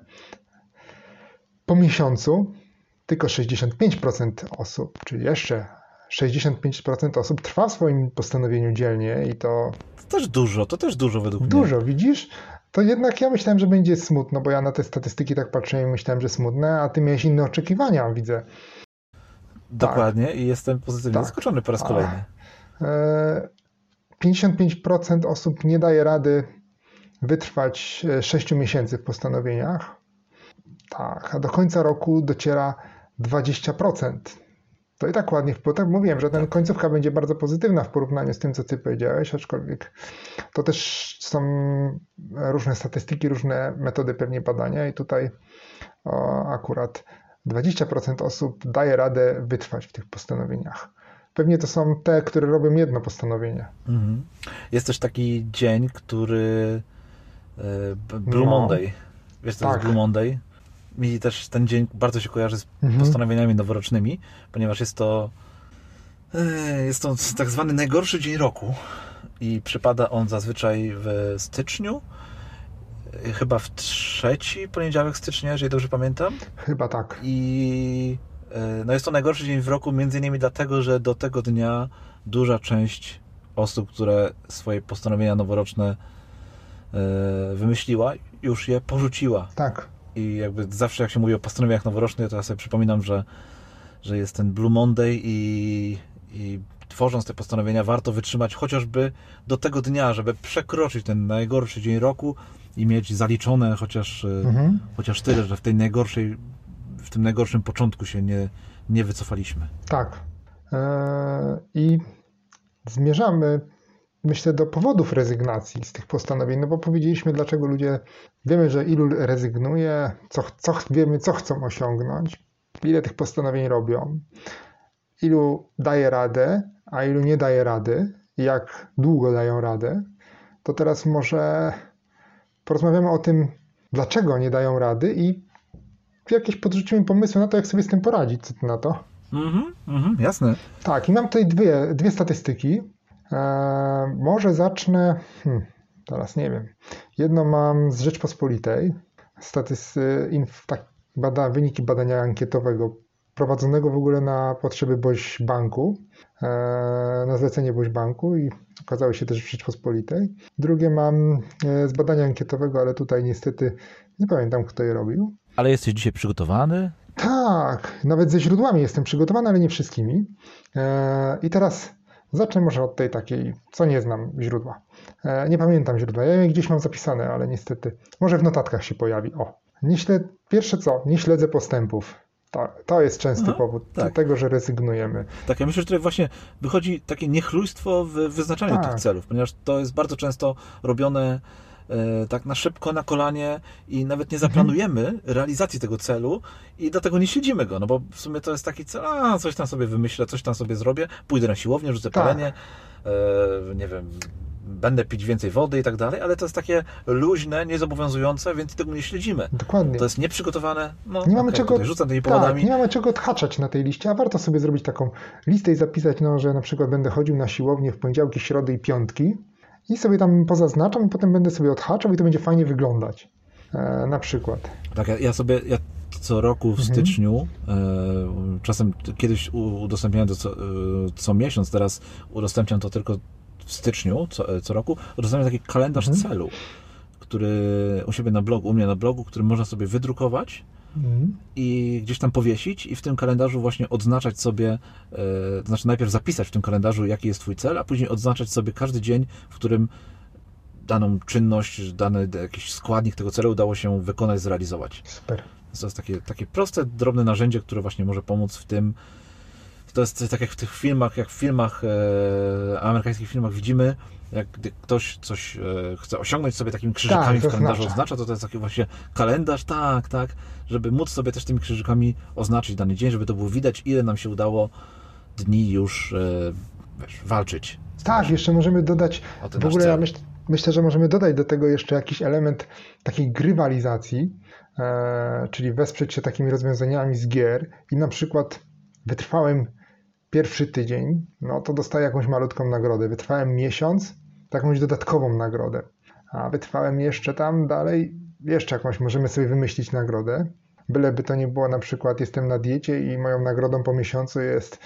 po miesiącu tylko sześćdziesiąt pięć procent osób, czyli jeszcze sześćdziesiąt pięć procent osób trwa w swoim postanowieniu dzielnie i to To też dużo, to też dużo według mnie. dużo, widzisz? To jednak ja myślałem, że będzie smutno, bo ja na te statystyki tak patrzyłem i myślałem, że smutne, a ty miałeś inne oczekiwania, widzę. Dokładnie i jestem pozytywnie Tak. zaskoczony po raz A. kolejny. E, pięćdziesiąt pięć procent osób nie daje rady wytrwać sześć miesięcy w postanowieniach. Tak, a do końca roku dociera dwadzieścia procent. To i tak ładnie wpływa. Tak mówiłem, że ten końcówka będzie bardzo pozytywna w porównaniu z tym, co ty powiedziałeś, aczkolwiek to też są różne statystyki, różne metody pewnie badania i tutaj o, akurat dwadzieścia procent osób daje radę wytrwać w tych postanowieniach. Pewnie to są te, które robią jedno postanowienie. Mhm. Jest też taki dzień, który e, B- Blue No. Monday. Wiesz, co Tak. jest Blue Monday? Mi też ten dzień bardzo się kojarzy z Mhm. postanowieniami noworocznymi, ponieważ jest to e, jest to tak zwany najgorszy dzień roku i przypada on zazwyczaj w styczniu, e, chyba w trzeci poniedziałek stycznia, jeżeli dobrze pamiętam. Chyba tak. I e, no jest to najgorszy dzień w roku, między innymi dlatego, że do tego dnia duża część osób, które swoje postanowienia noworoczne e, wymyśliła, już je porzuciła. Tak. I jakby zawsze jak się mówi o postanowieniach noworocznych, to ja sobie przypominam, że, że jest ten Blue Monday i, i tworząc te postanowienia warto wytrzymać chociażby do tego dnia, żeby przekroczyć ten najgorszy dzień roku i mieć zaliczone chociaż, e, Mhm. chociaż tyle, że w tej najgorszej, w tym najgorszym początku się nie, nie wycofaliśmy. Tak. Eee, I zmierzamy, myślę, do powodów rezygnacji z tych postanowień, no bo powiedzieliśmy, dlaczego ludzie, wiemy, że ilu rezygnuje, co, co, wiemy, co chcą osiągnąć, ile tych postanowień robią, ilu daje radę, a ilu nie daje rady, jak długo dają radę, to teraz może porozmawiamy o tym, dlaczego nie dają rady i jakieś podrzucimy pomysły na to, jak sobie z tym poradzić. Co ty na to? Mhm, mhm, jasne. Tak, i mam tutaj dwie, dwie statystyki. Eee, może zacznę, hmm, teraz nie wiem. Jedno mam z Rzeczpospolitej, statys, inf, tak, bada, wyniki badania ankietowego prowadzonego w ogóle na potrzeby Boś Banku, eee, na zlecenie Boś Banku i okazały się też w Rzeczpospolitej. Drugie mam e, z badania ankietowego, ale tutaj niestety nie pamiętam, kto je robił. Ale jesteś dzisiaj przygotowany? Tak, nawet ze źródłami jestem przygotowany, ale nie wszystkimi. E, I teraz zacznę może od tej takiej, co nie znam źródła. E, nie pamiętam źródła, ja je gdzieś mam zapisane, ale niestety, może w notatkach się pojawi. O, nie śled... Pierwsze co, nie śledzę postępów. To, to jest częsty Aha, powód tak. tego, że rezygnujemy. Tak, ja myślę, że tutaj właśnie wychodzi takie niechlujstwo w wyznaczaniu Tak. tych celów, ponieważ to jest bardzo często robione e, tak na szybko, na kolanie i nawet nie zaplanujemy mhm. realizacji tego celu i dlatego nie śledzimy go, no bo w sumie to jest taki cel, a coś tam sobie wymyślę, coś tam sobie zrobię, pójdę na siłownię, rzucę Tak. palenie, e, nie wiem, będę pić więcej wody i tak dalej, ale to jest takie luźne, niezobowiązujące, więc tego nie śledzimy. Dokładnie. To jest nieprzygotowane, no nie mamy okay, czego, tutaj rzucam tymi powodami. Tak, nie mamy czego odhaczać na tej liście, a warto sobie zrobić taką listę i zapisać, no, że na przykład będę chodził na siłownię w poniedziałki, środy i piątki i sobie tam pozaznaczam i potem będę sobie odhaczał i to będzie fajnie wyglądać. E, na przykład. Tak, ja, ja sobie ja co roku w mhm. styczniu, e, czasem kiedyś udostępniałem to co, e, co miesiąc, teraz udostępniam to tylko w styczniu co, co roku, udostępniam taki kalendarz mhm. celu, który u siebie na blogu, u mnie na blogu, który można sobie wydrukować mhm. i gdzieś tam powiesić i w tym kalendarzu właśnie odznaczać sobie, e, to znaczy najpierw zapisać w tym kalendarzu, jaki jest twój cel, a później odznaczać sobie każdy dzień, w którym daną czynność, dany jakiś składnik tego celu udało się wykonać, zrealizować. Super. To jest takie, takie proste, drobne narzędzie, które właśnie może pomóc w tym. To jest tak jak w tych filmach, jak w filmach, e, amerykańskich filmach widzimy, jak gdy ktoś coś e, chce osiągnąć sobie takimi krzyżykami tak, w kalendarzu oznacza, to to jest taki właśnie kalendarz, tak, tak, żeby móc sobie też tymi krzyżykami oznaczyć dany dzień, żeby to było widać, ile nam się udało dni już e, wiesz, walczyć. Tak, jeszcze możemy dodać, w ogóle ja myśl, myślę, że możemy dodać do tego jeszcze jakiś element takiej grywalizacji, e, czyli wesprzeć się takimi rozwiązaniami z gier i na przykład wytrwałem pierwszy tydzień, no to dostaję jakąś malutką nagrodę. Wytrwałem miesiąc, to jakąś dodatkową nagrodę. A wytrwałem jeszcze tam dalej, jeszcze jakąś możemy sobie wymyślić nagrodę. Byleby to nie było na przykład jestem na diecie i moją nagrodą po miesiącu jest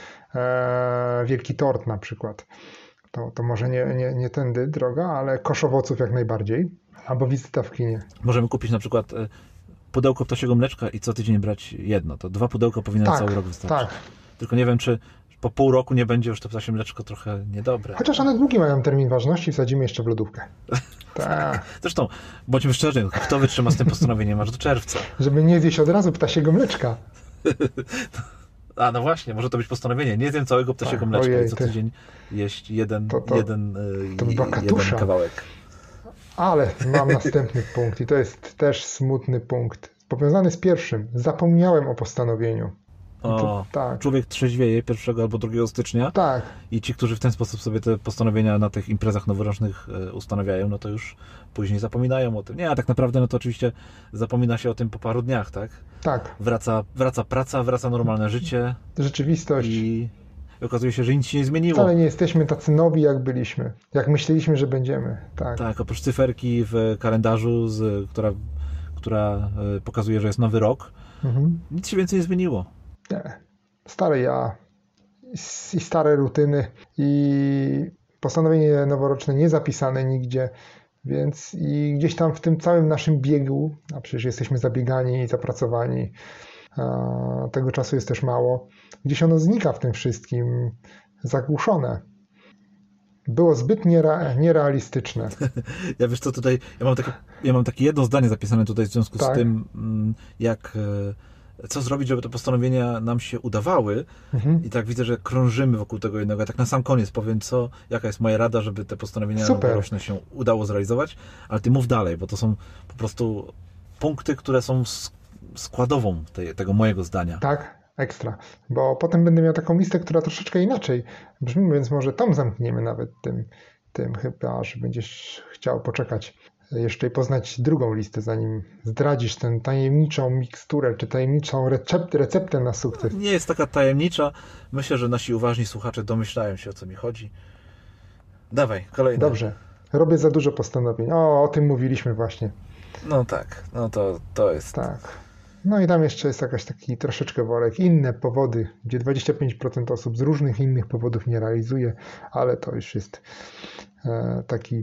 e, wielki tort na przykład. To, to może nie, nie, nie tędy droga, ale kosz owoców jak najbardziej. Albo wizyta w kinie. Możemy kupić na przykład pudełko ptasiego mleczka i co tydzień brać jedno. To dwa pudełka powinny tak, na cały rok wystarczyć. Tak. Tylko nie wiem, czy po pół roku nie będzie już to ptasie mleczko trochę niedobre. Chociaż one długi mają termin ważności, wsadzimy jeszcze w lodówkę. Tak. Zresztą, bądźmy szczerzy, kto wytrzyma z tym postanowieniem aż do czerwca? Żeby nie zjeść od razu ptasiego mleczka. A no właśnie, może to być postanowienie. Nie zjem całego ptasiego tak, mleczka ojej, i co ty... tydzień jeść jeden, to, to, jeden, to jeden kawałek. Ale mam następny punkt i to jest też smutny punkt. Powiązany z pierwszym. Zapomniałem o postanowieniu. O, to, tak. Człowiek trzeźwieje pierwszego albo drugiego stycznia tak. i ci, którzy w ten sposób sobie te postanowienia na tych imprezach noworocznych ustanawiają, no to już później zapominają o tym. Nie, a tak naprawdę no to oczywiście zapomina się o tym po paru dniach, tak? Tak. Wraca, wraca praca, wraca normalne życie. Rzeczywistość. I okazuje się, że nic się nie zmieniło. Wcale nie jesteśmy tacy nowi, jak byliśmy. Jak myśleliśmy, że będziemy. Tak, tak oprócz cyferki w kalendarzu, z, która, która pokazuje, że jest nowy rok, mhm. nic się więcej nie zmieniło. Nie. Stare ja i stare rutyny i postanowienie noworoczne nie zapisane nigdzie, więc i gdzieś tam w tym całym naszym biegu, a przecież jesteśmy zabiegani i zapracowani, tego czasu jest też mało, gdzieś ono znika w tym wszystkim, zagłuszone. Było zbyt niere, nierealistyczne. Ja wiesz co, tutaj, ja mam takie, ja mam takie jedno zdanie zapisane tutaj w związku tak. z tym, jak, co zrobić, żeby te postanowienia nam się udawały mhm. i tak widzę, że krążymy wokół tego jednego. Ja tak na sam koniec powiem, co, jaka jest moja rada, żeby te postanowienia Super. noworoczne się udało zrealizować, ale ty mów dalej, bo to są po prostu punkty, które są składową tej, tego mojego zdania. Tak, ekstra, bo potem będę miał taką listę, która troszeczkę inaczej brzmi, więc może tam zamkniemy nawet tym, tym chyba, że będziesz chciał poczekać jeszcze i poznać drugą listę, zanim zdradzisz tę tajemniczą miksturę, czy tajemniczą recept, receptę na sukces. Nie jest taka tajemnicza. Myślę, że nasi uważni słuchacze domyślają się, o co mi chodzi. Dawaj, kolejny. Dobrze. Robię za dużo postanowień. O, o tym mówiliśmy właśnie. No tak, no to, to jest... Tak. No i tam jeszcze jest jakaś taki troszeczkę worek. Inne powody, gdzie dwadzieścia pięć procent osób z różnych innych powodów nie realizuje, ale to już jest e, taki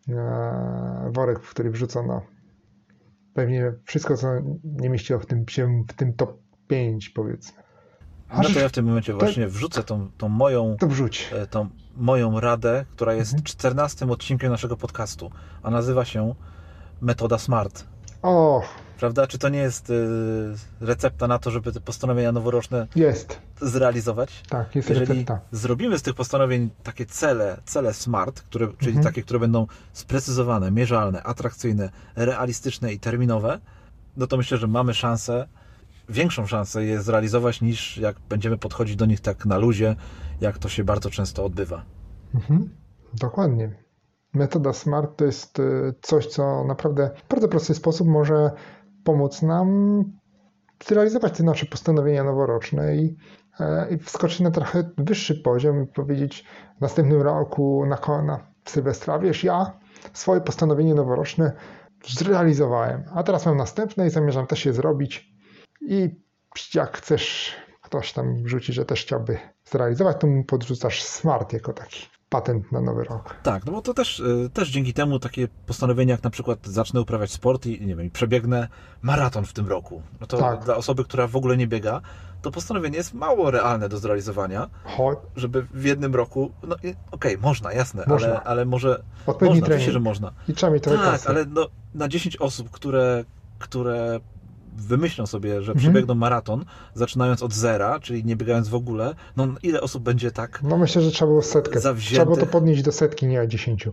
e, worek, w który wrzucono pewnie wszystko, co nie mieściło w tym, w tym top pięć, powiedzmy. No to ja w tym momencie właśnie wrzucę tą, tą moją to wrzuć. tą moją radę, która jest mhm. czternastym odcinkiem naszego podcastu, a nazywa się Metoda SMART. O, prawda? Czy to nie jest y, recepta na to, żeby te postanowienia noworoczne Jest. zrealizować? Tak, jest Jeżeli recepta. zrobimy z tych postanowień takie cele, cele SMART, które, czyli Mhm. takie, które będą sprecyzowane, mierzalne, atrakcyjne, realistyczne i terminowe, no to myślę, że mamy szansę, większą szansę je zrealizować, niż jak będziemy podchodzić do nich tak na luzie, jak to się bardzo często odbywa. Mhm. Dokładnie. Metoda SMART to jest y, coś, co naprawdę w bardzo prosty sposób może pomóc nam zrealizować te nasze postanowienia noworoczne i, e, i wskoczyć na trochę wyższy poziom i powiedzieć w następnym roku na, ko- na Sylwestra, wiesz, ja swoje postanowienie noworoczne zrealizowałem, a teraz mam następne i zamierzam też je zrobić i jak chcesz, ktoś tam rzuci, że też chciałby zrealizować, to mu podrzucasz SMART jako taki patent na nowy rok. Tak, no bo to też, y, też dzięki temu takie postanowienia, jak na przykład zacznę uprawiać sport i nie wiem, i przebiegnę maraton w tym roku. No to Tak. dla osoby, która w ogóle nie biega, to postanowienie jest mało realne do zrealizowania, Cho- żeby w jednym roku, no i- okej, można, jasne, Można. ale, ale może Odpowiedni można, trening. oczywiście, że można. I trzeba mieć trochę Tak, kasy. ale no, na dziesięć osób, które, które wymyślą sobie, że Mhm. przebiegną maraton, zaczynając od zera, czyli nie biegając w ogóle, no ile osób będzie tak? No myślę, że trzeba było setkę. Zawzięty. Trzeba było to podnieść do setki, nie dziesięciu.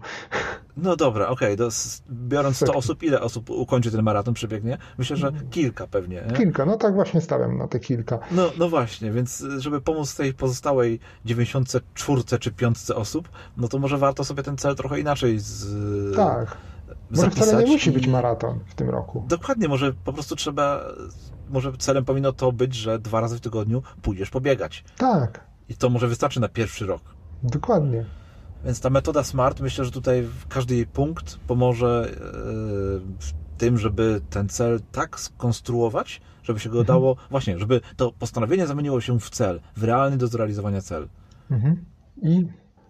No dobra, okej, to s- biorąc sto Setki. osób, ile osób ukończy ten maraton, przebiegnie? Myślę, że kilka pewnie. Nie? Kilka, no tak właśnie stawiam na te kilka. No, no właśnie, więc żeby pomóc tej pozostałej dziewięćdziesiątce czwórce czy piątce osób, no to może warto sobie ten cel trochę inaczej z, Tak. Może zapisać. wcale nie musi i- być maraton w tym roku. Dokładnie, może po prostu trzeba, może celem powinno to być, że dwa razy w tygodniu pójdziesz pobiegać. Tak, I to może wystarczy na pierwszy rok. dokładnie. Więc ta metoda SMART, myślę, że tutaj w każdy jej punkt pomoże e, w tym, żeby ten cel tak skonstruować, żeby się go Mhm. dało, właśnie, żeby to postanowienie zamieniło się w cel, w realny do zrealizowania cel. Mhm. I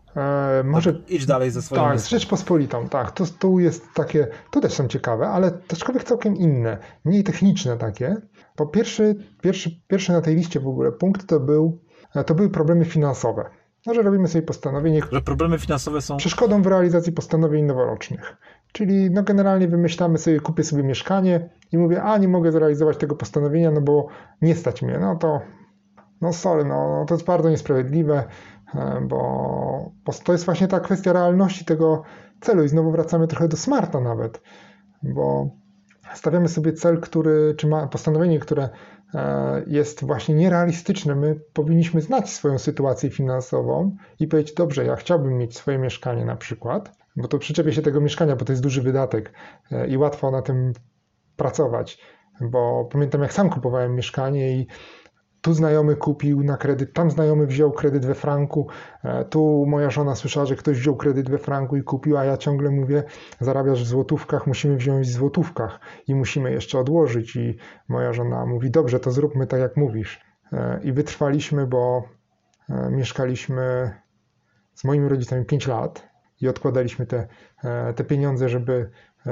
e, może... Tak, idź dalej ze swoją Tak, z listą. Rzeczpospolitą, tak. To, tu jest takie, to też są ciekawe, ale troszkę całkiem inne, mniej techniczne takie. Bo pierwszy, pierwszy, pierwszy na tej liście w ogóle punkt to, był, to były problemy finansowe. No, że robimy sobie postanowienie, Że problemy finansowe są... przeszkodą w realizacji postanowień noworocznych. Czyli no generalnie wymyślamy sobie, kupię sobie mieszkanie i mówię, a nie mogę zrealizować tego postanowienia, no bo nie stać mnie. No to, no sorry, no to jest bardzo niesprawiedliwe, e, bo, bo to jest właśnie ta kwestia realności tego celu i znowu wracamy trochę do smarta nawet, bo stawiamy sobie cel, który, czy ma postanowienie, które e, jest właśnie nierealistyczne. My powinniśmy znać swoją sytuację finansową i powiedzieć, dobrze, ja chciałbym mieć swoje mieszkanie na przykład, bo to przyczepię się tego mieszkania, bo to jest duży wydatek e, i łatwo na tym pracować, bo pamiętam, jak sam kupowałem mieszkanie i tu znajomy kupił na kredyt, tam znajomy wziął kredyt we franku, e, tu moja żona słyszała, że ktoś wziął kredyt we franku i kupił, a ja ciągle mówię, zarabiasz w złotówkach, musimy wziąć w złotówkach i musimy jeszcze odłożyć. I moja żona mówi, dobrze, to zróbmy tak, jak mówisz. E, I wytrwaliśmy, bo e, mieszkaliśmy z moimi rodzicami pięć lat i odkładaliśmy te, e, te pieniądze, żeby,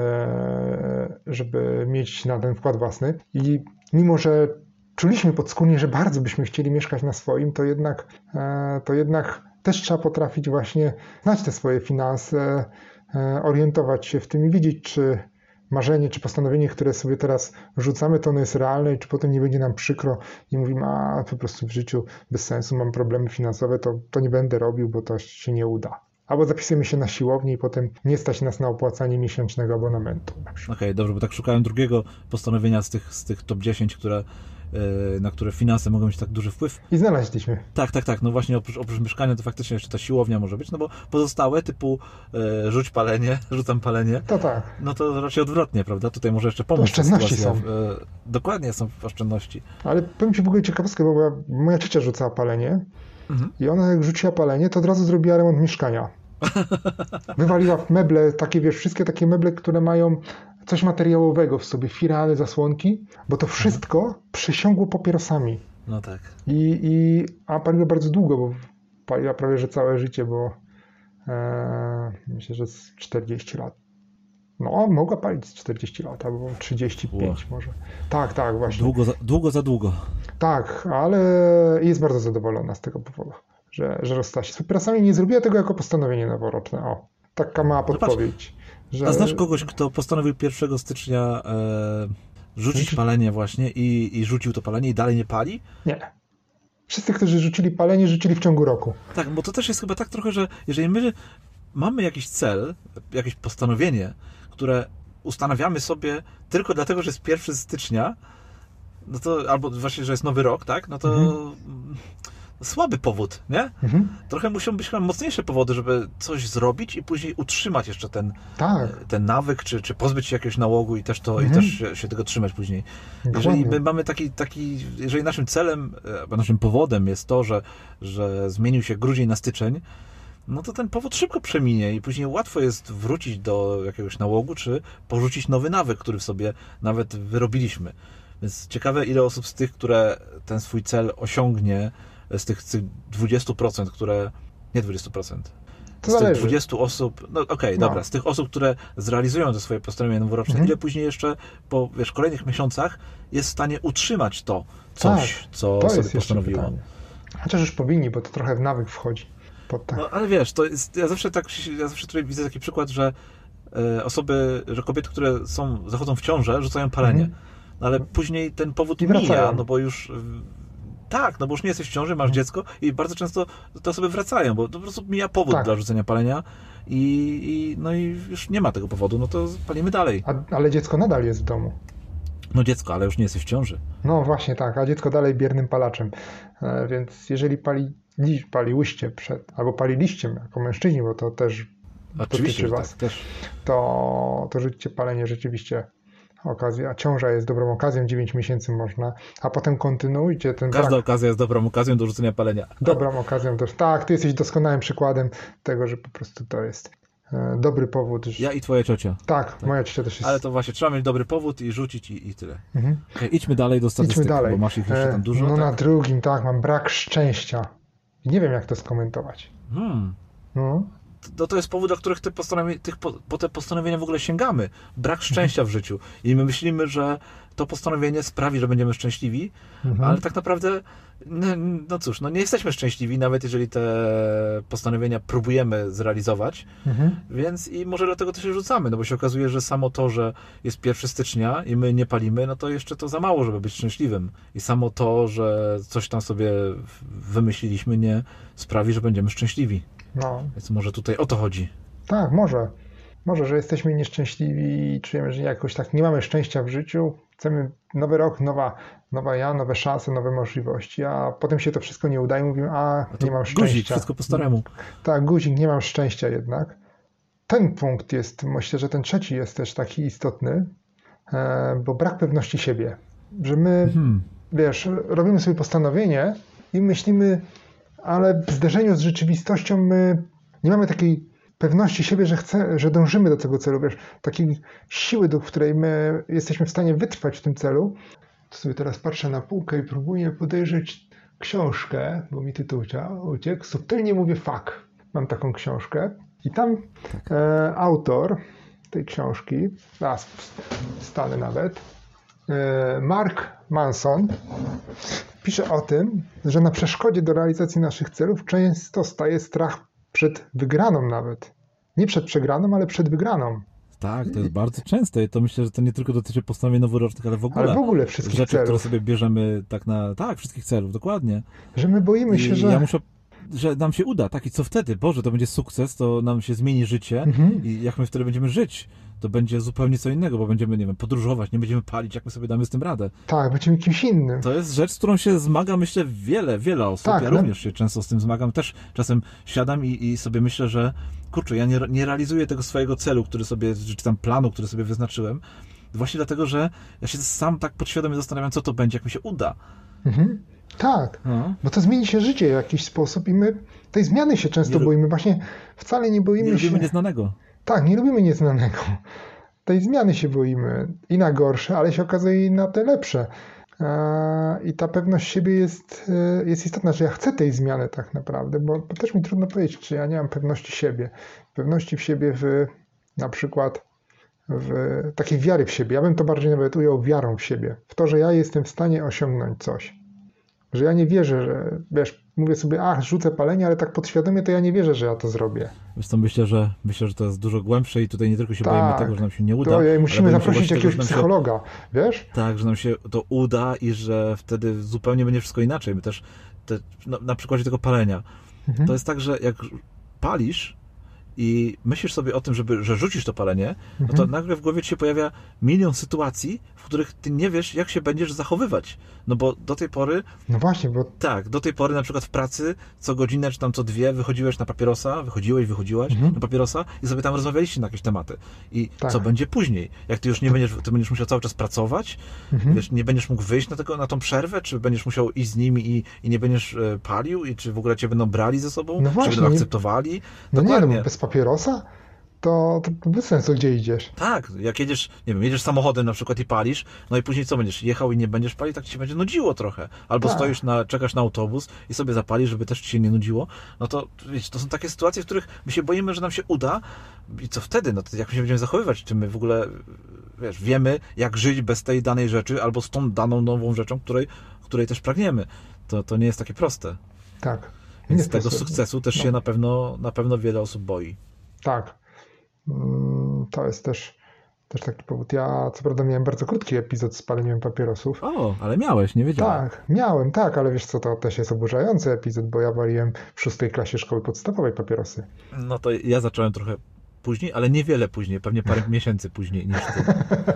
e, żeby mieć na ten wkład własny. I mimo, że czuliśmy podskórnie, że bardzo byśmy chcieli mieszkać na swoim, to jednak, e, to jednak też trzeba potrafić właśnie znać te swoje finanse, e, orientować się w tym i wiedzieć, czy marzenie, czy postanowienie, które sobie teraz rzucamy, to ono jest realne i czy potem nie będzie nam przykro i mówimy, a po prostu w życiu bez sensu, mam problemy finansowe, to, to nie będę robił, bo to się nie uda. Albo zapisujemy się na siłownię i potem nie stać nas na opłacanie miesięcznego abonamentu. Na przykład. Okej, dobrze, bo tak szukałem drugiego postanowienia z tych, z tych top dziesięć, które, e, na które finanse mogą mieć tak duży wpływ. I znaleźliśmy. Tak, tak, tak. No właśnie oprócz, oprócz mieszkania to faktycznie jeszcze ta siłownia może być, no bo pozostałe typu e, rzuć palenie, rzucam palenie, To tak. no to raczej odwrotnie, prawda? Tutaj może jeszcze pomóc. ta oszczędności sytuacja. są. E, dokładnie, są oszczędności. Ale powiem Ci w ogóle ciekawostkę, bo moja, moja ciocia rzucała palenie Mhm. i ona jak rzuciła palenie, to od razu zrobiła remont mieszkania. Wywaliła meble, takie wiesz, wszystkie takie meble, które mają coś materiałowego w sobie, firany, zasłonki, bo to wszystko przesiągło papierosami. No tak. I, i, a paliła bardzo długo, bo paliła prawie że całe życie, bo e, myślę, że z czterdzieści lat. No, mogła palić z czterdzieści lat, albo trzydzieści pięć Wow. może. Tak, tak, właśnie. Długo za, długo za długo. Tak, ale jest bardzo zadowolona z tego powodu, że, że rozstała się z papierosami. Nie zrobiła tego jako postanowienie noworoczne. O, taka mała patrz, podpowiedź. Że... A znasz kogoś, kto postanowił pierwszego stycznia e, rzucić Rzuci- palenie właśnie i, i rzucił to palenie i dalej nie pali? Nie. Wszyscy, którzy rzucili palenie, rzucili w ciągu roku. Tak, bo to też jest chyba tak trochę, że jeżeli my mamy jakiś cel, jakieś postanowienie, które ustanawiamy sobie tylko dlatego, że jest pierwszego stycznia, no to, albo właśnie, że jest nowy rok, tak? No to Mhm. słaby powód, nie? Mhm. Trochę muszą być chyba mocniejsze powody, żeby coś zrobić i później utrzymać jeszcze ten, Tak. ten nawyk, czy, czy pozbyć się jakiegoś nałogu i też to Mhm. i też się, się tego trzymać później. Jeżeli Dokładnie. my mamy taki, taki, jeżeli naszym celem, e, naszym powodem jest to, że, że zmienił się grudzień na styczeń, no to ten powód szybko przeminie i później łatwo jest wrócić do jakiegoś nałogu, czy porzucić nowy nawyk, który w sobie nawet wyrobiliśmy. Więc ciekawe, ile osób z tych, które ten swój cel osiągnie, z tych, z tych dwudziestu procent, które... Nie dwadzieścia procent. To Z tych zależy. dwudziestu osób, no okej, No. dobra, z tych osób, które zrealizują te swoje postanowienia noworoczne, Mhm. ile później jeszcze po wiesz, kolejnych miesiącach jest w stanie utrzymać to coś, Tak, co to sobie jest jeszcze postanowiło. pytanie. Chociaż już powinni, bo to trochę w nawyk wchodzi. Pod tak. No ale wiesz, to jest, ja zawsze tak, ja zawsze tutaj widzę taki przykład, że e, osoby, że kobiety, które są, zachodzą w ciążę, rzucają palenie. Mhm. No, ale później ten powód I wracają. mija, no bo już tak, no bo już nie jesteś w ciąży, masz dziecko i bardzo często te osoby wracają, bo to po prostu mija powód Tak. dla rzucenia palenia i, i no i już nie ma tego powodu, no to palimy dalej. A, ale dziecko nadal jest w domu. No dziecko, ale już nie jesteś w ciąży. No właśnie tak, a dziecko dalej biernym palaczem. E, więc jeżeli pali, li, paliłyście przed, albo paliliście jako mężczyźni, bo to też Oczywiście, dotyczy że was, tak, też. to, to rzućcie palenie rzeczywiście okazję, a ciąża jest dobrą okazją, dziewięć miesięcy można, a potem kontynuujcie ten Każda brak. okazja jest dobrą okazją do rzucenia palenia. Dobrą okazją też. Tak, ty jesteś doskonałym przykładem tego, że po prostu to jest e, dobry powód. Że... Ja i twoja ciocia. Tak, moja ciocia też jest... Ale to właśnie, trzeba mieć dobry powód i rzucić i, i tyle. Mhm. Okay, idźmy dalej do statystyk, Idźmy dalej. bo masz ich jeszcze tam dużo. E, no tak? na drugim, tak, mam brak szczęścia. Nie wiem, jak to skomentować. Hmm. No. To, to jest powód, dla których te postanowienia, tych, po, po te postanowienia w ogóle sięgamy. Brak szczęścia w życiu. I my myślimy, że to postanowienie sprawi, że będziemy szczęśliwi, Mhm. ale tak naprawdę, no, no cóż, no nie jesteśmy szczęśliwi, nawet jeżeli te postanowienia próbujemy zrealizować, Mhm. więc i może dlatego też się rzucamy, no bo się okazuje, że samo to, że jest pierwszego stycznia i my nie palimy, no to jeszcze to za mało, żeby być szczęśliwym. I samo to, że coś tam sobie wymyśliliśmy, nie sprawi, że będziemy szczęśliwi. No. Więc może tutaj o to chodzi. Tak, może. Może, że jesteśmy nieszczęśliwi i czujemy, że jakoś tak nie mamy szczęścia w życiu. Chcemy nowy rok, nowa, nowa ja, nowe szanse, nowe możliwości, a potem się to wszystko nie udaje i mówimy, a A to nie mam guzik, szczęścia. wszystko po staremu. Tak, guzik, nie mam szczęścia jednak. Ten punkt jest, myślę, że ten trzeci jest też taki istotny, e, bo brak pewności siebie. Że my, Hmm. wiesz, robimy sobie postanowienie i myślimy, ale w zderzeniu z rzeczywistością my nie mamy takiej pewności siebie, że, chce, że dążymy do tego celu, wiesz, takiej siły, do której my jesteśmy w stanie wytrwać w tym celu. To sobie teraz patrzę na półkę i próbuję podejrzeć książkę, bo mi tytuł uciekł. Subtelnie mówię fuck. Mam taką książkę i tam e, autor tej książki, raz stanę nawet, e, Mark Manson, pisze o tym, że na przeszkodzie do realizacji naszych celów często staje strach przed wygraną nawet. Nie przed przegraną, ale przed wygraną. Tak, to jest bardzo częste. To myślę, że to nie tylko dotyczy postanowień noworocznych, ale w ogóle. Ale w ogóle wszystkich rzeczy, celów. które sobie bierzemy tak na... Tak, wszystkich celów, dokładnie. Że my boimy się, I że... ja muszę... że nam się uda, tak i co wtedy? Boże, to będzie sukces, to nam się zmieni życie Mhm. i jak my wtedy będziemy żyć, to będzie zupełnie co innego, bo będziemy, nie wiem, podróżować, nie będziemy palić, jak my sobie damy z tym radę. Tak, będziemy kimś innym. To jest rzecz, z którą się zmaga, myślę, wiele, wiele osób. Tak, ja no. również się często z tym zmagam. Też czasem siadam i, i sobie myślę, że kurczę, ja nie, nie realizuję tego swojego celu, który sobie, czy tam planu, który sobie wyznaczyłem, właśnie dlatego, że ja się sam tak podświadomie zastanawiam, co to będzie, jak mi się uda. Mhm. Tak, No. bo to zmieni się życie w jakiś sposób i my tej zmiany się często Nie- boimy. Właśnie wcale nie boimy Nie się... lubimy nieznanego. Tak, nie lubimy nieznanego. Tej zmiany się boimy i na gorsze, ale się okazuje i na te lepsze. Eee, I ta pewność siebie jest, e, jest istotna, że ja chcę tej zmiany tak naprawdę, bo, bo też mi trudno powiedzieć, czy ja nie mam pewności siebie. Pewności w siebie w na przykład w takiej wiary w siebie. Ja bym to bardziej nawet ujął wiarą w siebie. W to, że ja jestem w stanie osiągnąć coś. że ja nie wierzę, że wiesz, mówię sobie, ach, rzucę palenie, ale tak podświadomie to ja nie wierzę, że ja to zrobię. Wiesz co, myślę, że myślę, że to jest dużo głębsze i tutaj nie tylko się Tak, boimy tego, że nam się nie uda. To ja, musimy ale zaprosić tego, jakiegoś że nam się, psychologa, wiesz? tak, że nam się to uda i że wtedy zupełnie będzie wszystko inaczej. My też te, no, na przykładzie tego palenia. Mhm. To jest tak, że jak palisz i myślisz sobie o tym, żeby, że rzucisz to palenie, no to Mhm. nagle w głowie ci się pojawia milion sytuacji, w których ty nie wiesz, jak się będziesz zachowywać. No bo do tej pory, No właśnie, bo tak, do tej pory na przykład w pracy co godzinę czy tam co dwie wychodziłeś na papierosa, wychodziłeś, wychodziłaś Mhm. na papierosa i sobie tam rozmawialiście na jakieś tematy. I Tak. co będzie później? Jak ty już nie będziesz, ty będziesz musiał cały czas pracować, Mhm. wiesz, nie będziesz mógł wyjść na, tego, na tą przerwę, czy będziesz musiał iść z nimi i, i nie będziesz e, palił, i czy w ogóle cię będą brali ze sobą, No czy właśnie, będą nie- akceptowali. no nie, Dokładnie. no bez papierosa to, to bez sensu, gdzie idziesz. Tak, jak jedziesz, nie wiem, jedziesz samochodem na przykład i palisz, no i później co będziesz jechał i nie będziesz palił, tak ci się będzie nudziło trochę. Albo Tak. stoisz na, czekasz na autobus i sobie zapalisz, żeby też ci się nie nudziło. No to wiecie, to są takie sytuacje, w których my się boimy, że nam się uda i co wtedy? No to jak my się będziemy zachowywać? Czy my w ogóle, wiesz, wiemy jak żyć bez tej danej rzeczy albo z tą daną nową rzeczą, której, której też pragniemy? To, to nie jest takie proste. Tak. Więc Nie z tego sposób. sukcesu też No. się na pewno, na pewno wiele osób boi. Tak. Mm, To jest też, też taki powód. Ja co prawda miałem bardzo krótki epizod z paleniem papierosów. O, ale miałeś, nie wiedziałem. Tak, miałem, tak, ale wiesz co, to też jest oburzający epizod, bo ja paliłem w szóstej klasie szkoły podstawowej papierosy. No to ja zacząłem trochę później, ale niewiele później, pewnie parę miesięcy później niż ty.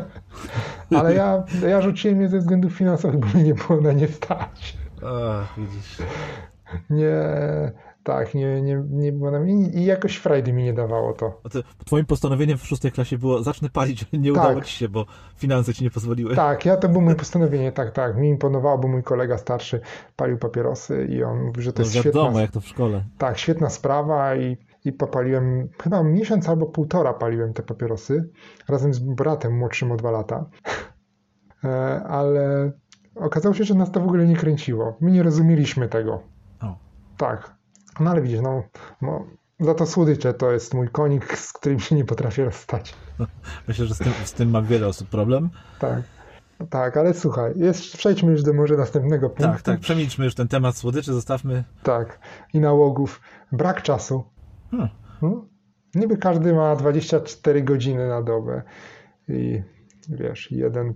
Ale ja, ja rzuciłem je ze względów finansowych, bo mi nie było na nie stać. Ach, widzisz. Nie, tak, nie, nie, nie było na mnie i jakoś frajdy mi nie dawało to. A ty, twoim postanowieniem w szóstej klasie było zacznę palić, nie udało Tak. ci się, bo finanse ci nie pozwoliły. Tak, ja to było moje postanowienie, tak, tak. Mi imponowało, bo mój kolega starszy palił papierosy i on mówił, że to No jest świetna, wiadomo, jak to w szkole. tak, świetna sprawa i, i popaliłem, chyba miesiąc albo półtora paliłem te papierosy, razem z bratem młodszym o dwa lata. E, Ale okazało się, że nas to w ogóle nie kręciło. My nie rozumieliśmy tego. O. Tak. No ale widzisz, no, no za to słodycze to jest mój konik, z którym się nie potrafię rozstać. Myślę, że z tym, z tym ma wiele osób problem. Tak. Tak, ale słuchaj, jest, przejdźmy już do może następnego punktu. Tak, tak, przemilczmy już ten temat słodyczy, zostawmy. Tak. I nałogów. Brak czasu. Hmm. Hmm? Niby każdy ma dwadzieścia cztery godziny na dobę i wiesz, jeden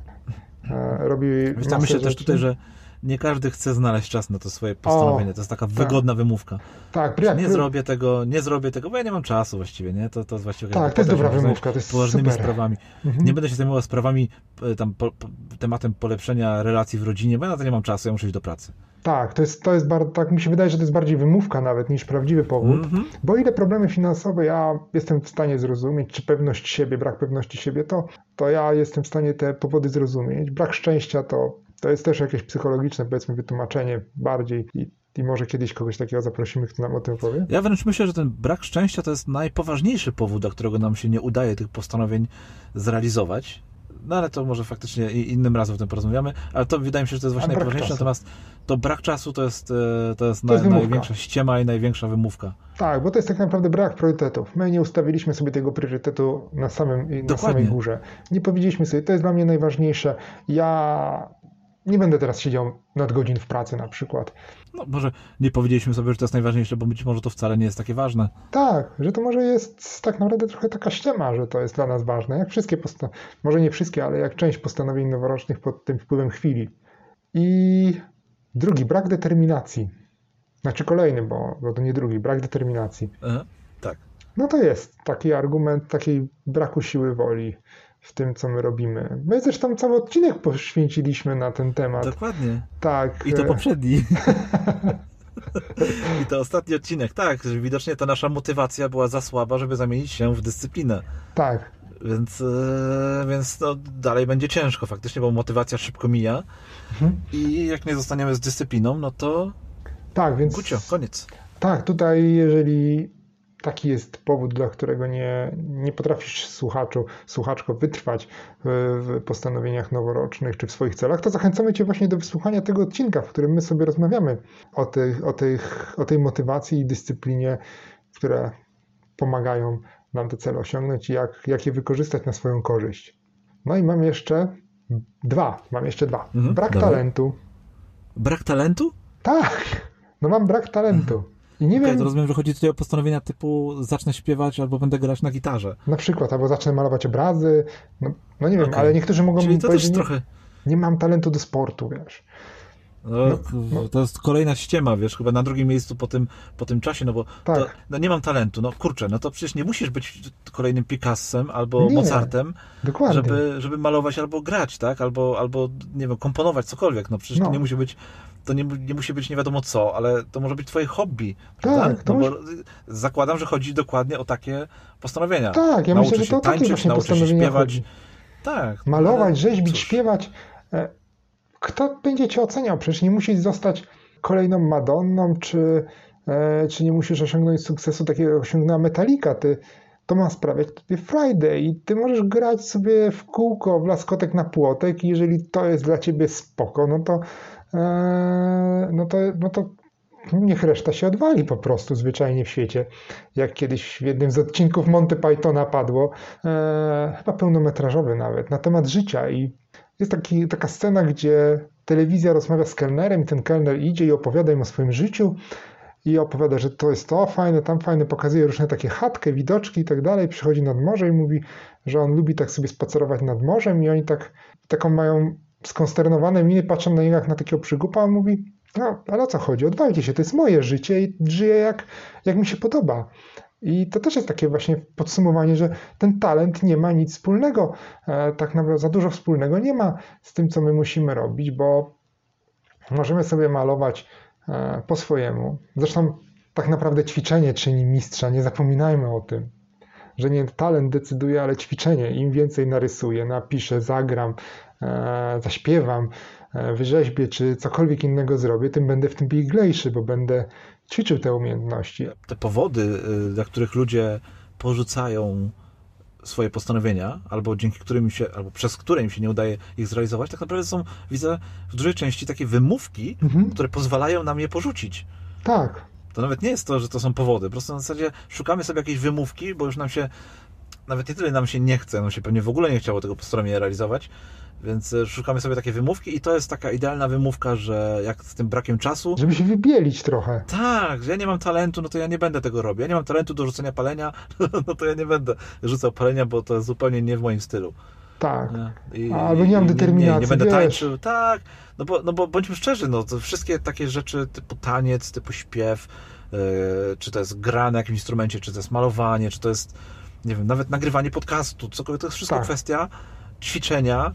e, robi Wiesz, masę tak myślę też rzeczy. tutaj, że nie każdy chce znaleźć czas na to swoje postanowienie. To jest taka wygodna wymówka. Tak, brak, Nie zrobię tego, nie zrobię tego, bo ja nie mam czasu właściwie, nie? To, to jest właściwie Tak, to jest potem dobra się można wymówka, zająć to jest poważnymi super. sprawami. Mhm. Nie będę się zajmował sprawami e, tam po, po, tematem polepszenia relacji w rodzinie, bo ja na to nie mam czasu, ja muszę iść do pracy. Tak, to jest, to jest bardzo, tak mi się wydaje, że to jest bardziej wymówka nawet niż prawdziwy powód. Mhm. Bo o ile problemy finansowe ja jestem w stanie zrozumieć, czy pewność siebie, brak pewności siebie, to, to ja jestem w stanie te powody zrozumieć. Brak szczęścia to, to jest też jakieś psychologiczne, powiedzmy, wytłumaczenie bardziej i, i może kiedyś kogoś takiego zaprosimy, kto nam o tym opowie. Ja wręcz myślę, że ten brak szczęścia to jest najpoważniejszy powód, dla którego nam się nie udaje tych postanowień zrealizować. No ale to może faktycznie i- innym razem o tym porozmawiamy, ale to wydaje mi się, że to jest właśnie brak najpoważniejsze, czasu. natomiast to brak czasu to jest, e, to jest, To jest na, wymówka. największa ściema i największa wymówka. Tak, bo to jest tak naprawdę brak priorytetów. My nie ustawiliśmy sobie tego priorytetu na, samym, na Dokładnie. samej górze. Nie powiedzieliśmy sobie, to jest dla mnie najważniejsze. Ja nie będę teraz siedział nadgodzin w pracy na przykład. No może nie powiedzieliśmy sobie, że to jest najważniejsze, bo być może to wcale nie jest takie ważne. Tak, że to może jest tak naprawdę trochę taka ściema, że to jest dla nas ważne. Jak wszystkie, posta- może nie wszystkie, ale jak część postanowień noworocznych pod tym wpływem chwili. I drugi, brak determinacji. Znaczy kolejny, bo, bo to nie drugi, brak determinacji. E, tak. No to jest taki argument takiej braku siły woli w tym, co my robimy. My zresztą cały odcinek poświęciliśmy na ten temat. Dokładnie. Tak. I to e, poprzedni. I to ostatni odcinek, tak, że widocznie ta nasza motywacja była za słaba, żeby zamienić się w dyscyplinę. Tak. Więc, e, więc no, dalej będzie ciężko faktycznie, bo motywacja szybko mija Mhm. i jak nie zostaniemy z dyscypliną, no to Tak, więc... gucio, koniec. Tak, tutaj jeżeli taki jest powód, dla którego nie, nie potrafisz słuchaczu, słuchaczko wytrwać w, w postanowieniach noworocznych czy w swoich celach, to zachęcamy Cię właśnie do wysłuchania tego odcinka, w którym my sobie rozmawiamy o, tych, o, tych, o tej motywacji i dyscyplinie, które pomagają nam te cele osiągnąć i jak, jak je wykorzystać na swoją korzyść. No i mam jeszcze dwa, mam jeszcze dwa. Mhm, Brak dawaj. talentu. Brak talentu? Tak, no mam brak talentu. I nie Okay, wiem... to rozumiem, że chodzi tutaj o postanowienia typu zacznę śpiewać albo będę grać na gitarze. Na przykład, albo zacznę malować obrazy. No, no nie wiem, Okay. ale niektórzy mogą Czyli to powiedzieć, też trochę... nie, nie mam talentu do sportu, wiesz. No, No, no. To jest kolejna ściema, wiesz, chyba na drugim miejscu po tym, po tym czasie, no bo Tak. to, no nie mam talentu, no kurczę, no to przecież nie musisz być kolejnym Picassem albo Nie, Mozartem, dokładnie. żeby, żeby malować albo grać, tak, albo, albo nie wiem, komponować cokolwiek, no przecież No. to nie musi być, to nie, nie musi być nie wiadomo co, ale to może być twoje hobby, prawda? Tak, to no może- bo zakładam, że chodzi dokładnie o takie postanowienia. Tak, ja Nauczy myślę, że się to o takie tańczyć, właśnie nauczy się postanowienia śpiewać, chodzi. tak. Malować, ale rzeźbić, cóż. śpiewać. E, Kto będzie cię oceniał? Przecież nie musisz zostać kolejną Madonną, czy, e, czy nie musisz osiągnąć sukcesu takiego, jak osiągnęła Metallica. Ty, to ma sprawiać tobie frajdę i ty możesz grać sobie w kółko, w laskotek na płotek i jeżeli to jest dla ciebie spoko, no to, e, no to, no to niech reszta się odwali po prostu zwyczajnie w świecie. Jak kiedyś w jednym z odcinków Monty Pythona padło, e, chyba pełnometrażowy nawet, na temat życia i jest taki, taka scena, gdzie telewizja rozmawia z kelnerem i ten kelner idzie i opowiada im o swoim życiu i opowiada, że to jest to fajne, tam fajne, pokazuje różne takie chatkę, widoczki i tak dalej, przychodzi nad morze i mówi, że on lubi tak sobie spacerować nad morzem i oni tak, taką mają skonsternowane miny, patrzą na niego jak na takiego przygłupa, a on mówi, no ale o co chodzi, odwalcie się, to jest moje życie i żyję jak, jak mi się podoba. I to też jest takie właśnie podsumowanie, że ten talent nie ma nic wspólnego, e, tak naprawdę za dużo wspólnego nie ma z tym, co my musimy robić, bo możemy sobie malować e, po swojemu. Zresztą tak naprawdę ćwiczenie czyni mistrza, nie zapominajmy o tym, że nie talent decyduje, ale ćwiczenie. Im więcej narysuję, napiszę, zagram, e, zaśpiewam, e, wyrzeźbię, czy cokolwiek innego zrobię, tym będę w tym bieglejszy, bo będę ćwiczył te umiejętności. Te powody, y, dla których ludzie porzucają swoje postanowienia, albo dzięki którym im się, albo przez które im się nie udaje ich zrealizować, tak naprawdę są, widzę, w dużej części takie wymówki, Mhm. które pozwalają nam je porzucić. Tak, To nawet nie jest to, że to są powody, po prostu na zasadzie szukamy sobie jakiejś wymówki, bo już nam się, nawet nie tyle nam się nie chce, nam się pewnie w ogóle nie chciało tego postanowienia realizować, więc y, szukamy sobie takie wymówki i to jest taka idealna wymówka, że jak z tym brakiem czasu, żeby się wybielić trochę. tak, że ja nie mam talentu, no to ja nie będę tego robił. Ja nie mam talentu do rzucenia palenia, no to ja nie będę rzucał palenia, bo to jest zupełnie nie w moim stylu. Tak. Nie? I, Albo nie mam i- determinacji, Nie, nie będę wiesz. tańczył, tak. No bo, no bo bądźmy szczerzy, no to wszystkie takie rzeczy typu taniec, typu śpiew, yy, czy to jest gra na jakimś instrumencie, czy to jest malowanie, czy to jest, nie wiem, nawet nagrywanie podcastu, cokolwiek, to jest wszystko Tak. kwestia ćwiczenia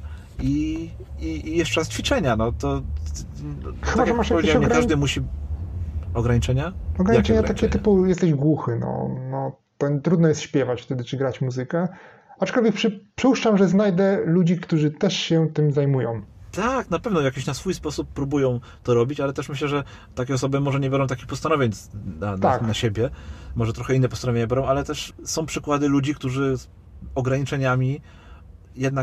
i, i, i jeszcze raz ćwiczenia, no to Chyba, tak że jak masz jakieś powiedziałem, nie ograni- każdy musi... Ograniczenia? Ograniczenia Jakie takie typu jesteś głuchy, no, no to trudno jest śpiewać wtedy, czy grać muzykę. Aczkolwiek przy, przypuszczam, że znajdę ludzi, którzy też się tym zajmują. Tak, na pewno jakiś na swój sposób próbują to robić, ale też myślę, że takie osoby może nie biorą takich postanowień na, na, Tak. na siebie, może trochę inne postanowienia biorą, ale też są przykłady ludzi, którzy z ograniczeniami jednak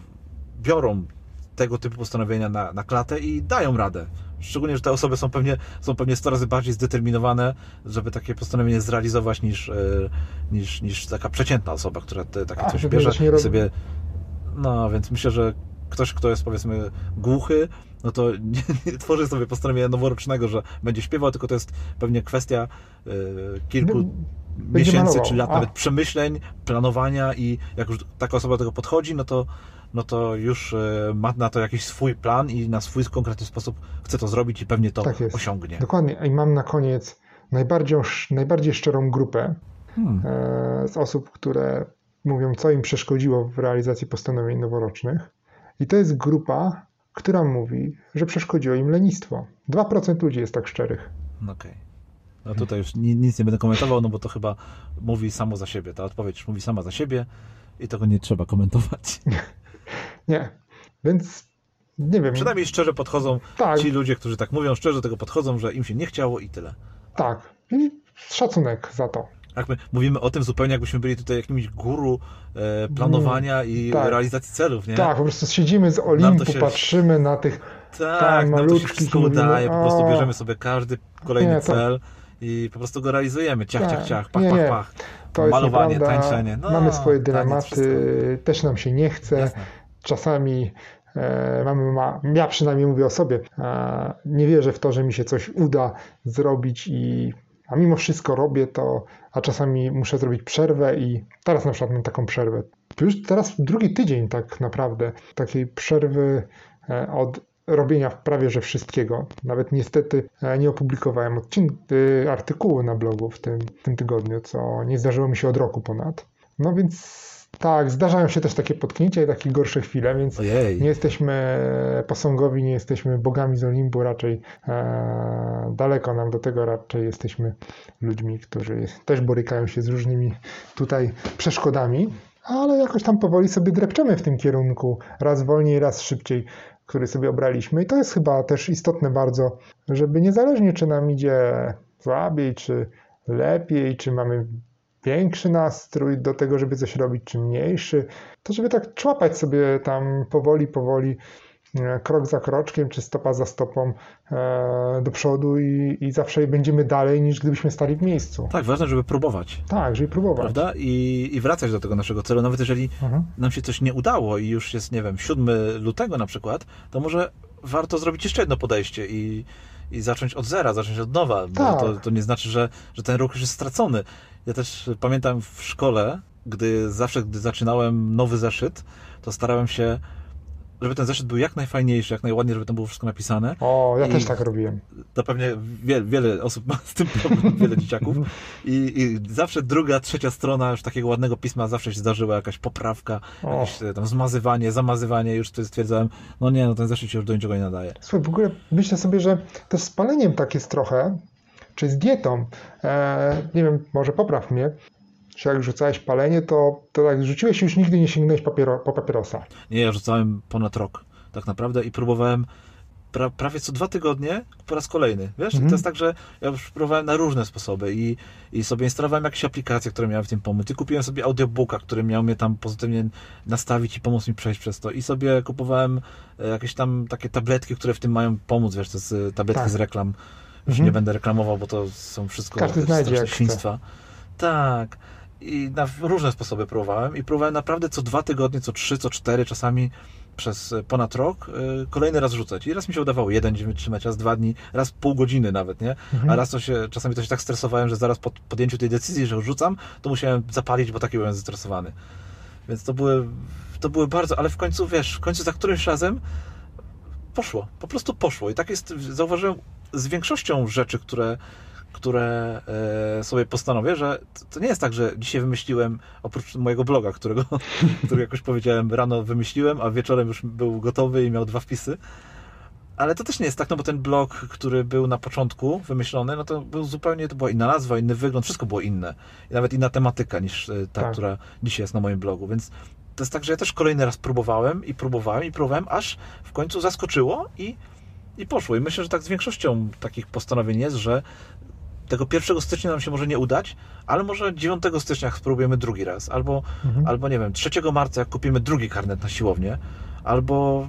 biorą tego typu postanowienia na, na klatę i dają radę. Szczególnie, że te osoby są pewnie, są pewnie sto razy bardziej zdeterminowane, żeby takie postanowienie zrealizować niż, e, niż, niż taka przeciętna osoba, która te, takie A, coś że bierze też nie i robi- sobie... No, więc myślę, że ktoś, kto jest powiedzmy głuchy, no to nie, nie tworzy sobie postanowienia noworocznego, że będzie śpiewał, tylko to jest pewnie kwestia e, kilku No, miesięcy malował. czy lat, A. nawet przemyśleń, planowania i jak już taka osoba do tego podchodzi, no to no to już e, ma na to jakiś swój plan i na swój konkretny sposób chce to zrobić i pewnie to Tak jest. osiągnie. Dokładnie. I mam na koniec najbardziej, najbardziej szczerą grupę Hmm. e, z osób, które mówią, co im przeszkodziło w realizacji postanowień noworocznych. I to jest grupa, która mówi, że przeszkodziło im lenistwo. dwa procent ludzi jest tak szczerych. Okej. No tutaj już ni- nic nie będę komentował, no bo to chyba mówi samo za siebie. Ta odpowiedź już mówi sama za siebie i tego nie trzeba komentować. Nie. Więc nie wiem. Przynajmniej szczerze podchodzą Tak. ci ludzie, którzy tak mówią, szczerze do tego podchodzą, że im się nie chciało i tyle. Tak. I szacunek za to. Jak my mówimy o tym zupełnie, jakbyśmy byli tutaj jakimś guru e, planowania i tak. realizacji celów, nie? Tak, po prostu siedzimy z Olimpu, się- patrzymy na tych Tak, tam nam to się maluczki wszystko i mówimy, udaje, po prostu o, bierzemy sobie każdy kolejny Nie, to- cel i po prostu go realizujemy. Ciach, Tak, ciach, ciach, pach, nie, pach, nie. pach. To jest Malowanie, nieprawda. tańczenie. No, Mamy swoje taniec, dylematy, wszystko. też nam się nie chce. Jasne. Czasami mamy, ma, ja przynajmniej mówię o sobie, nie wierzę w to, że mi się coś uda zrobić i a mimo wszystko robię to, a czasami muszę zrobić przerwę i teraz na przykład mam taką przerwę. Już teraz drugi tydzień tak naprawdę takiej przerwy od robienia prawie że wszystkiego. Nawet niestety nie opublikowałem odcinku, artykułu na blogu w tym, w tym tygodniu, co nie zdarzyło mi się od roku ponad. No więc tak, zdarzają się też takie potknięcia i takie gorsze chwile, więc Ojej. nie jesteśmy posągowi, nie jesteśmy bogami z Olimpu, raczej e, daleko nam do tego, raczej jesteśmy ludźmi, którzy też borykają się z różnymi tutaj przeszkodami, ale jakoś tam powoli sobie drepczemy w tym kierunku, raz wolniej, raz szybciej, który sobie obraliśmy i to jest chyba też istotne bardzo, żeby niezależnie czy nam idzie słabiej, czy lepiej, czy mamy większy nastrój do tego, żeby coś robić, czy mniejszy, to żeby tak człapać sobie tam powoli, powoli, krok za kroczkiem, czy stopa za stopą e, do przodu i, i zawsze będziemy dalej, niż gdybyśmy stali w miejscu. Tak, ważne, żeby próbować. Tak, żeby próbować. Prawda? I, i wracać do tego naszego celu. Nawet jeżeli Mhm. nam się coś nie udało i już jest, nie wiem, siódmego lutego na przykład, to może warto zrobić jeszcze jedno podejście i, i zacząć od zera, zacząć od nowa. Bo Tak. to, to nie znaczy, że, że ten ruch już jest stracony. Ja też pamiętam w szkole, gdy zawsze, gdy zaczynałem nowy zeszyt, to starałem się, żeby ten zeszyt był jak najfajniejszy, jak najładniej, żeby tam było wszystko napisane. O, ja I też tak robiłem. To pewnie wiele, wiele osób ma z tym problem, wiele dzieciaków. I, I zawsze druga, trzecia strona już takiego ładnego pisma zawsze się zdarzyła jakaś poprawka, O. jakieś tam zmazywanie, zamazywanie. Już wtedy stwierdzałem, no nie, no ten zeszyt się już do niczego nie nadaje. Słuchaj, w ogóle myślę sobie, że też z paleniem tak jest trochę, czy z dietą. E, nie wiem, może popraw mnie, że jak rzucałeś palenie, to, to jak rzuciłeś już nigdy nie sięgnąłeś papiero, po papierosa. Nie, ja rzucałem ponad rok tak naprawdę i próbowałem pra, prawie co dwa tygodnie po raz kolejny. Wiesz, Mhm. to jest tak, że ja już próbowałem na różne sposoby i, i sobie instalowałem jakieś aplikacje, które miały w tym pomóc. I kupiłem sobie audiobooka, który miał mnie tam pozytywnie nastawić i pomóc mi przejść przez to. I sobie kupowałem e, jakieś tam takie tabletki, które w tym mają pomóc. Wiesz, to jest e, tabletki Tak. z reklam. Już Mhm. nie będę reklamował, bo to są wszystko Każdy znajdzie, straszne jak chce. świństwa. Tak. I na różne sposoby próbowałem i próbowałem naprawdę co dwa tygodnie, co trzy, co cztery, czasami przez ponad rok yy, kolejny raz rzucać. I raz mi się udawało jeden dzień wytrzymać, raz dwa dni, raz pół godziny nawet, nie? Mhm. A raz to się, czasami to się tak stresowałem, że zaraz po podjęciu tej decyzji, że rzucam, to musiałem zapalić, bo taki byłem zestresowany. Więc to były, to były bardzo, ale w końcu, wiesz, w końcu za którymś razem poszło, po prostu poszło. I tak jest, zauważyłem z większością rzeczy, które które e, sobie postanowię, że to, to nie jest tak, że dzisiaj wymyśliłem, oprócz mojego bloga, którego, który jakoś powiedziałem rano wymyśliłem, a wieczorem już był gotowy i miał dwa wpisy. Ale to też nie jest tak, no bo ten blog, który był na początku wymyślony, no to był zupełnie, to była inna nazwa, inny wygląd, wszystko było inne. I nawet inna tematyka niż ta, Tak. która dzisiaj jest na moim blogu, więc to jest tak, że ja też kolejny raz próbowałem i próbowałem i próbowałem, aż w końcu zaskoczyło i, i poszło. I myślę, że tak z większością takich postanowień jest, że tego pierwszego stycznia nam się może nie udać, ale może dziewiątego stycznia spróbujemy drugi raz, albo, Mhm. albo nie wiem, trzeciego marca jak kupimy drugi karnet na siłownię, albo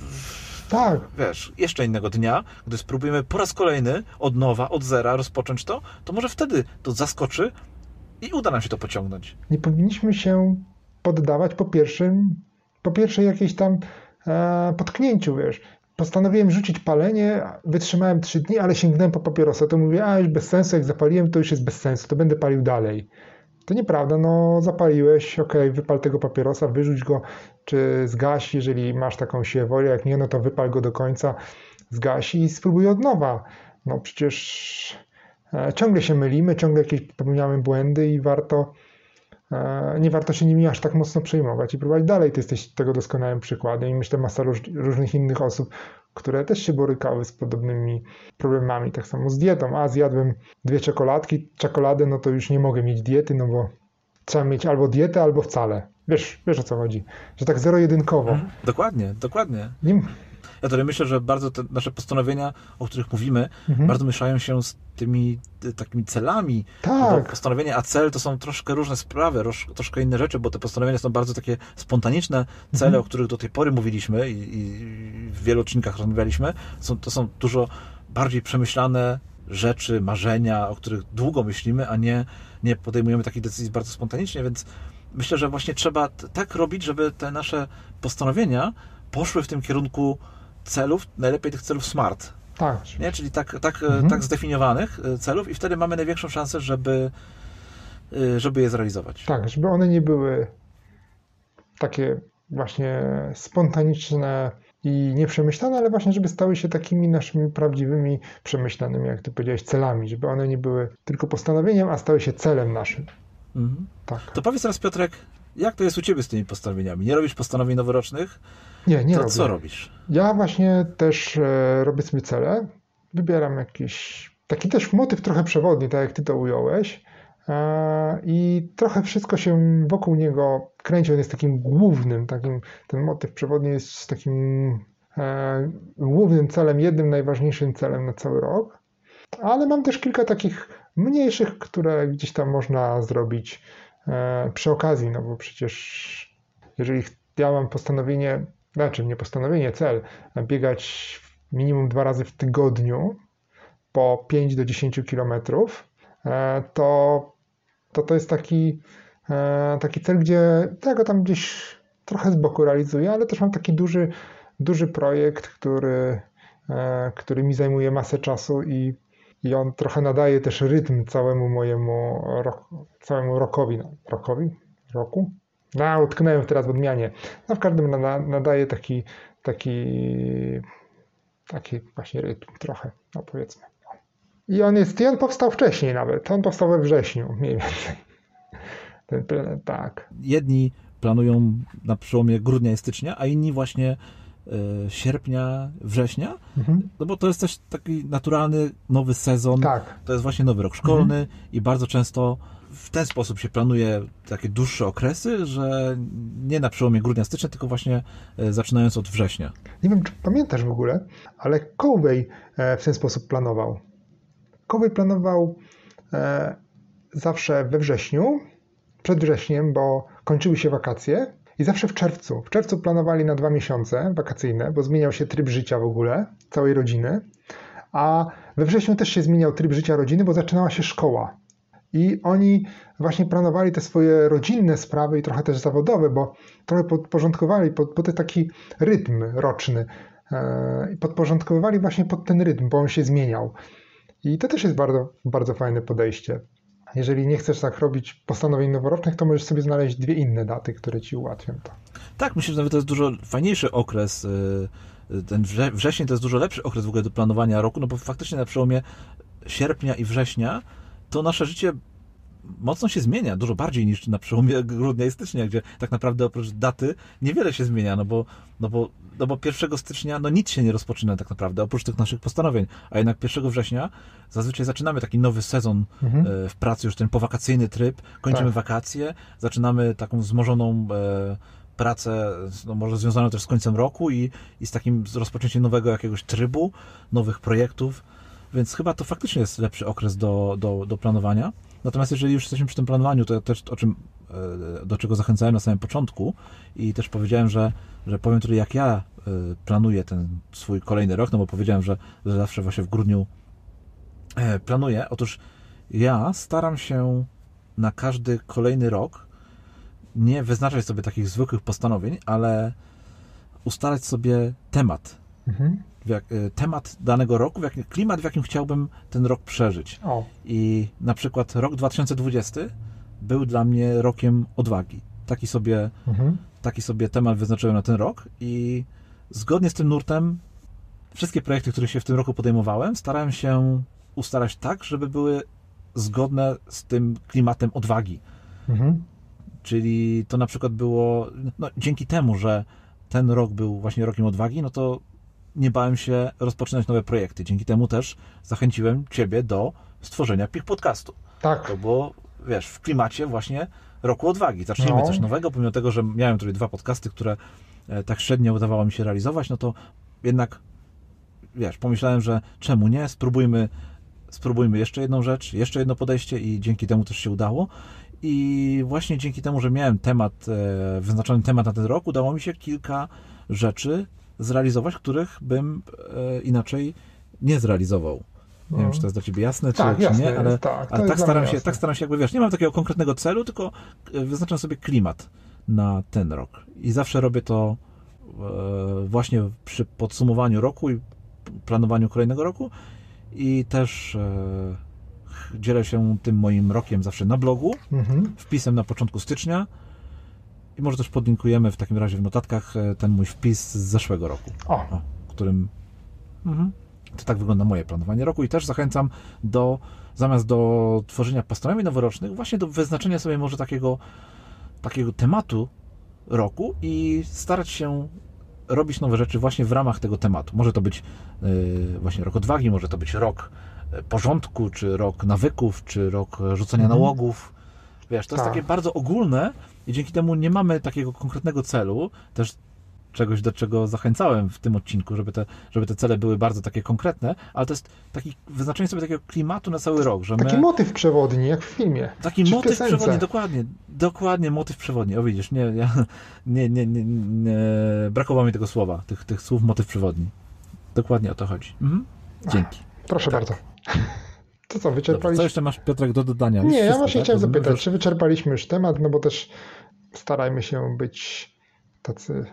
Tak, wiesz, jeszcze innego dnia, gdy spróbujemy po raz kolejny od nowa, od zera rozpocząć to, to może wtedy to zaskoczy i uda nam się to pociągnąć. nie powinniśmy się poddawać po pierwszym, po pierwszej jakiejś tam e, potknięciu, wiesz. Postanowiłem rzucić palenie, wytrzymałem trzy dni, ale sięgnąłem po papierosa. To mówię, a już bez sensu, jak zapaliłem, to już jest bez sensu, to będę palił dalej. To nieprawda, no zapaliłeś, okej, wypal tego papierosa, wyrzuć go, czy zgaś, jeżeli masz taką siłę woli, jak nie, no to wypal go do końca, zgaś i spróbuj od nowa. No przecież e, ciągle się mylimy, ciągle jakieś popełniamy błędy i warto, e, nie warto się nimi aż tak mocno przejmować i próbować dalej. Ty jesteś tego doskonałym przykładem i myślę masa róż, różnych innych osób, które też się borykały z podobnymi problemami, tak samo z dietą. A zjadłem dwie czekoladki, czekoladę, no to już nie mogę mieć diety, no bo trzeba mieć albo dietę, albo wcale. Wiesz, wiesz o co chodzi, że tak zero-jedynkowo. Dokładnie, dokładnie. Nie, Ja tutaj myślę, że bardzo te nasze postanowienia, o których mówimy, Mhm. bardzo mieszają się z tymi y, takimi celami. Tak. Bo postanowienie a cel to są troszkę różne sprawy, roż, troszkę inne rzeczy, bo te postanowienia są bardzo takie spontaniczne cele, Mhm. o których do tej pory mówiliśmy i, i w wielu odcinkach rozmawialiśmy. Są, to są dużo bardziej przemyślane rzeczy, marzenia, o których długo myślimy, a nie, nie podejmujemy takich decyzji bardzo spontanicznie, więc myślę, że właśnie trzeba t- tak robić, żeby te nasze postanowienia poszły w tym kierunku celów, najlepiej tych celów SMART. Tak. Nie? Czyli tak, tak, mhm. tak zdefiniowanych celów i wtedy mamy największą szansę, żeby, żeby je zrealizować. Tak, żeby one nie były takie właśnie spontaniczne i nieprzemyślane, ale właśnie, żeby stały się takimi naszymi prawdziwymi, przemyślanymi, jak ty powiedziałeś, celami, żeby one nie były tylko postanowieniem, a stały się celem naszym. Mhm. Tak. To powiedz teraz, Piotrek, jak to jest u ciebie z tymi postanowieniami? Nie robisz postanowień noworocznych? Nie, nie to robię. Co robisz? Ja właśnie też e, robię sobie cele, wybieram jakiś taki też motyw trochę przewodni, tak jak ty to ująłeś, e, i trochę wszystko się wokół niego kręci. On jest takim głównym, takim, ten motyw przewodni jest takim e, głównym celem, jednym najważniejszym celem na cały rok, ale mam też kilka takich mniejszych, które gdzieś tam można zrobić e, przy okazji, no bo przecież jeżeli ja mam postanowienie, znaczy nie postanowienie, cel, biegać minimum dwa razy w tygodniu po pięć do dziesięciu kilometrów, to, to to jest taki, taki cel, gdzie ja go tam gdzieś trochę z boku realizuję, ale też mam taki duży, duży projekt, który, który mi zajmuje masę czasu i, i on trochę nadaje też rytm całemu mojemu rok, całemu rokowi. No, rokowi? Roku? No, utknąłem teraz w odmianie. No w każdym nada, nadaje taki, taki, taki właśnie rytm trochę, no powiedzmy. I on jest, i on powstał wcześniej nawet. On powstał we wrześniu mniej więcej. Ten plan, tak. Jedni planują na przełomie grudnia i stycznia, a inni właśnie y, sierpnia, września. Mhm. No bo to jest też taki naturalny nowy sezon. Tak. To jest właśnie nowy rok szkolny mhm. i bardzo często w ten sposób się planuje takie dłuższe okresy, że nie na przełomie grudnia, stycznia, tylko właśnie zaczynając od września. Nie wiem, czy pamiętasz w ogóle, ale Covey w ten sposób planował. Covey planował zawsze we wrześniu, przed wrześniem, bo kończyły się wakacje i zawsze w czerwcu. W czerwcu planowali na dwa miesiące wakacyjne, bo zmieniał się tryb życia w ogóle całej rodziny, a we wrześniu też się zmieniał tryb życia rodziny, bo zaczynała się szkoła. I oni właśnie planowali te swoje rodzinne sprawy i trochę też zawodowe, bo trochę podporządkowali pod, pod taki rytm roczny i podporządkowywali właśnie pod ten rytm, bo on się zmieniał. I to też jest bardzo, bardzo fajne podejście. Jeżeli nie chcesz tak robić postanowień noworocznych, to możesz sobie znaleźć dwie inne daty, które ci ułatwią to. Tak, myślę, że nawet to jest dużo fajniejszy okres. Ten wrzesień to jest dużo lepszy okres w ogóle do planowania roku, no bo faktycznie na przełomie sierpnia i września to nasze życie mocno się zmienia, dużo bardziej niż na przełomie grudnia i stycznia, gdzie tak naprawdę oprócz daty niewiele się zmienia, no bo, no bo, no bo pierwszego stycznia no nic się nie rozpoczyna tak naprawdę, oprócz tych naszych postanowień, a jednak pierwszego września zazwyczaj zaczynamy taki nowy sezon mhm. w pracy, już ten powakacyjny tryb, kończymy tak. wakacje, zaczynamy taką wzmożoną e, pracę, no może związaną też z końcem roku i, i z takim z rozpoczęciem nowego jakiegoś trybu, nowych projektów, więc chyba to faktycznie jest lepszy okres do, do, do planowania. Natomiast jeżeli już jesteśmy przy tym planowaniu, to też o czym, do czego zachęcałem na samym początku i też powiedziałem, że, że powiem tutaj, jak ja planuję ten swój kolejny rok, no bo powiedziałem, że, że zawsze właśnie w grudniu planuję. Otóż ja staram się na każdy kolejny rok nie wyznaczać sobie takich zwykłych postanowień, ale ustalać sobie temat. Mhm. Jak, temat danego roku, w jakim, klimat, w jakim chciałbym ten rok przeżyć. O. I na przykład rok dwa tysiące dwudziesty był dla mnie rokiem odwagi. Taki sobie, mhm. taki sobie temat wyznaczyłem na ten rok i zgodnie z tym nurtem wszystkie projekty, które się w tym roku podejmowałem, starałem się ustalać tak, żeby były zgodne z tym klimatem odwagi. Mhm. Czyli to na przykład było, no, dzięki temu, że ten rok był właśnie rokiem odwagi, no to nie bałem się rozpoczynać nowe projekty. Dzięki temu też zachęciłem Ciebie do stworzenia Pich Podcastu. Tak. To było, wiesz, w klimacie właśnie roku odwagi. Zacznijmy no. coś nowego, pomimo tego, że miałem tutaj dwa podcasty, które tak średnio udawało mi się realizować, no to jednak, wiesz, pomyślałem, że czemu nie? Spróbujmy, spróbujmy jeszcze jedną rzecz, jeszcze jedno podejście i dzięki temu też się udało. I właśnie dzięki temu, że miałem temat, wyznaczony temat na ten rok, udało mi się kilka rzeczy zrealizować, których bym e, inaczej nie zrealizował. Nie no. wiem, czy to jest dla Ciebie jasne, czy, tak, czy jasne nie, ale, jest, tak, ale tak, staram się, tak staram się, jakby wiesz, nie mam takiego konkretnego celu, tylko wyznaczam sobie klimat na ten rok. I zawsze robię to właśnie przy podsumowaniu roku i planowaniu kolejnego roku i też dzielę się tym moim rokiem zawsze na blogu, mhm. wpisem na początku stycznia i może też podlinkujemy w takim razie w notatkach ten mój wpis z zeszłego roku, o. O, którym mhm. to tak wygląda moje planowanie roku i też zachęcam do, zamiast do tworzenia postanowień noworocznych, właśnie do wyznaczenia sobie może takiego, takiego tematu roku i starać się robić nowe rzeczy właśnie w ramach tego tematu. Może to być yy, właśnie rok odwagi, może to być rok porządku, czy rok nawyków, czy rok rzucenia mhm. nałogów. Wiesz, to tak. jest takie bardzo ogólne i dzięki temu nie mamy takiego konkretnego celu, też czegoś, do czego zachęcałem w tym odcinku, żeby te, żeby te cele były bardzo takie konkretne, ale to jest taki wyznaczenie sobie takiego klimatu na cały rok. Że taki my... motyw przewodni, jak w filmie. Taki motyw piosence. przewodni, dokładnie. Dokładnie, motyw przewodni. O widzisz, nie, ja, nie, nie, nie, nie, brakowało mi tego słowa, tych, tych słów motyw przewodni. Dokładnie o to chodzi. Mhm. Dzięki. Proszę tak. bardzo. To co, wyczerpaliśmy? Dobrze, co jeszcze masz, Piotrek, do dodania? Nie, wszystko, ja właśnie tak? chciałem Rozumiem, zapytać, że... czy wyczerpaliśmy już temat, no bo też starajmy się być tacy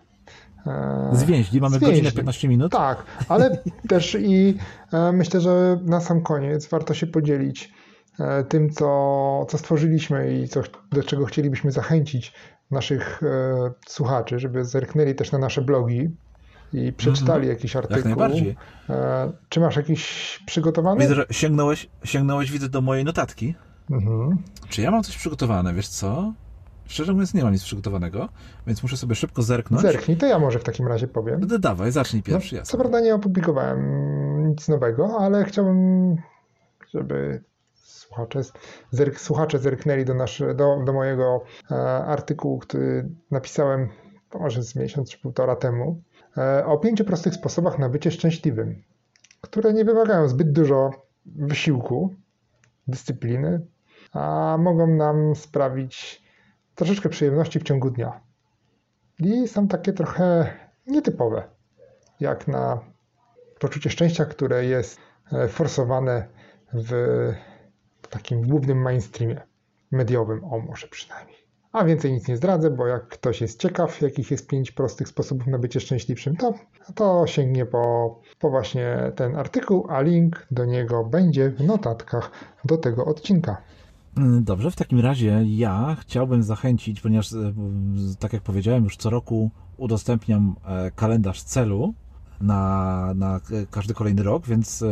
Zwięźli, mamy Zwięźli. godzinę piętnaście minut. Tak, ale też i e, myślę, że na sam koniec warto się podzielić e, tym, co, co stworzyliśmy i co, do czego chcielibyśmy zachęcić naszych e, słuchaczy, żeby zerknęli też na nasze blogi i przeczytali mm-hmm. jakiś artykuł. Jak najbardziej. E, czy masz jakiś przygotowany? Widzę, że sięgnąłeś, sięgnąłeś widzę, do mojej notatki. Mm-hmm. Czy ja mam coś przygotowane, wiesz co? Szczerze mówiąc, nie mam nic przygotowanego, więc muszę sobie szybko zerknąć. Zerknij, to ja może w takim razie powiem. No, dawaj, zacznij pierwszy. No, co prawda nie opublikowałem nic nowego, ale chciałbym, żeby słuchacze, zerk, słuchacze zerknęli do, nasze, do, do mojego e, artykułu, który napisałem może z miesiąc czy półtora temu, e, o pięciu prostych sposobach na bycie szczęśliwym, które nie wymagają zbyt dużo wysiłku, dyscypliny, a mogą nam sprawić troszeczkę przyjemności w ciągu dnia. I są takie trochę nietypowe, jak na poczucie szczęścia, które jest forsowane w takim głównym mainstreamie mediowym, o może przynajmniej. A więcej nic nie zdradzę, bo jak ktoś jest ciekaw, jakich jest pięć prostych sposobów na bycie szczęśliwszym, to, to sięgnie po, po właśnie ten artykuł, a link do niego będzie w notatkach do tego odcinka. Dobrze, w takim razie ja chciałbym zachęcić, ponieważ tak jak powiedziałem, już co roku udostępniam kalendarz celu na, na każdy kolejny rok, więc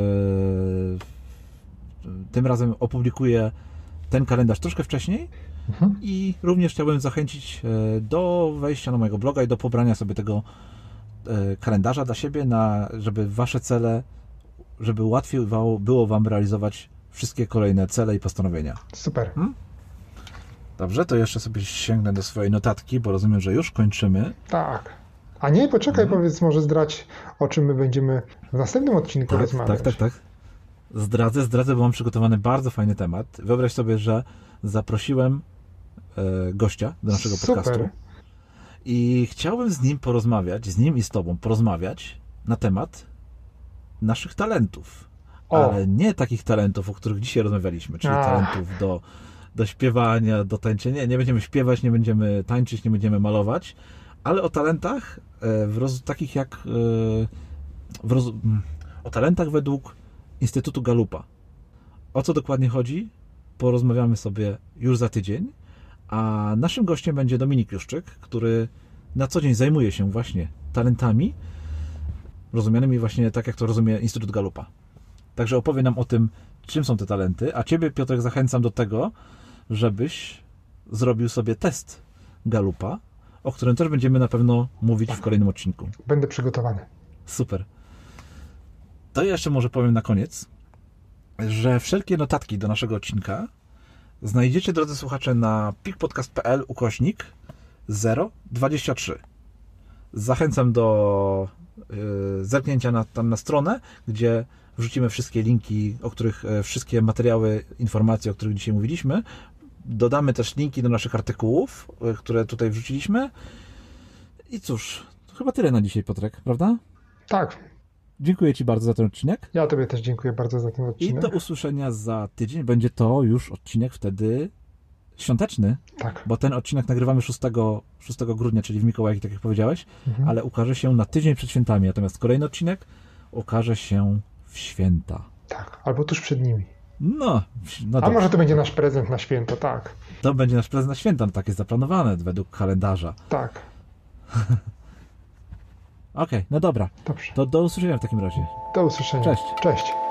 tym razem opublikuję ten kalendarz troszkę wcześniej mhm. i również chciałbym zachęcić do wejścia na mojego bloga i do pobrania sobie tego kalendarza dla siebie, na, żeby wasze cele, żeby łatwiej było wam realizować wszystkie kolejne cele i postanowienia. Super. Hmm? Dobrze, to jeszcze sobie sięgnę do swojej notatki, bo rozumiem, że już kończymy. Tak. A nie, poczekaj, hmm. powiedz, może zdradź, o czym my będziemy w następnym odcinku tak, rozmawiać. Tak, tak, tak. Zdradzę, zdradzę, bo mam przygotowany bardzo fajny temat. Wyobraź sobie, że zaprosiłem e, gościa do naszego Super. podcastu i chciałbym z nim porozmawiać, z nim i z tobą porozmawiać na temat naszych talentów. O. Ale nie takich talentów, o których dzisiaj rozmawialiśmy, czyli Ach. talentów do, do śpiewania, do tańczenia. Nie będziemy śpiewać, nie będziemy tańczyć, nie będziemy malować, ale o talentach w roz, takich jak w roz, o talentach według Instytutu Gallupa. O co dokładnie chodzi? Porozmawiamy sobie już za tydzień, a naszym gościem będzie Dominik Juszczyk, który na co dzień zajmuje się właśnie talentami, rozumianymi właśnie tak, jak to rozumie Instytut Gallupa. Także opowie nam o tym, czym są te talenty, a Ciebie, Piotrek, zachęcam do tego, żebyś zrobił sobie test Gallupa, o którym też będziemy na pewno mówić w kolejnym odcinku. Będę przygotowany. Super. To ja jeszcze może powiem na koniec, że wszelkie notatki do naszego odcinka znajdziecie, drodzy słuchacze, na pikpodcast.pl ukośnik zero dwadzieścia trzy. Zachęcam do yy, zerknięcia na, tam na stronę, gdzie wrzucimy wszystkie linki, o których, wszystkie materiały, informacje, o których dzisiaj mówiliśmy. Dodamy też linki do naszych artykułów, które tutaj wrzuciliśmy. I cóż, to chyba tyle na dzisiaj, Piotrek, prawda? Tak. Dziękuję Ci bardzo za ten odcinek. Ja Tobie też dziękuję bardzo za ten odcinek. I do usłyszenia za tydzień. Będzie to już odcinek wtedy świąteczny, Tak. bo ten odcinek nagrywamy szóstego grudnia, czyli w Mikołajki, tak jak powiedziałeś, Mhm. ale ukaże się na tydzień przed świętami, natomiast kolejny odcinek ukaże się w święta. Tak, albo tuż przed nimi. No, no A dobrze. może to będzie nasz prezent na święto, tak. To będzie nasz prezent na święta, no tak jest zaplanowane według kalendarza. Tak, Okej, no dobra, dobrze. to do usłyszenia w takim razie. Do usłyszenia. Cześć. Cześć.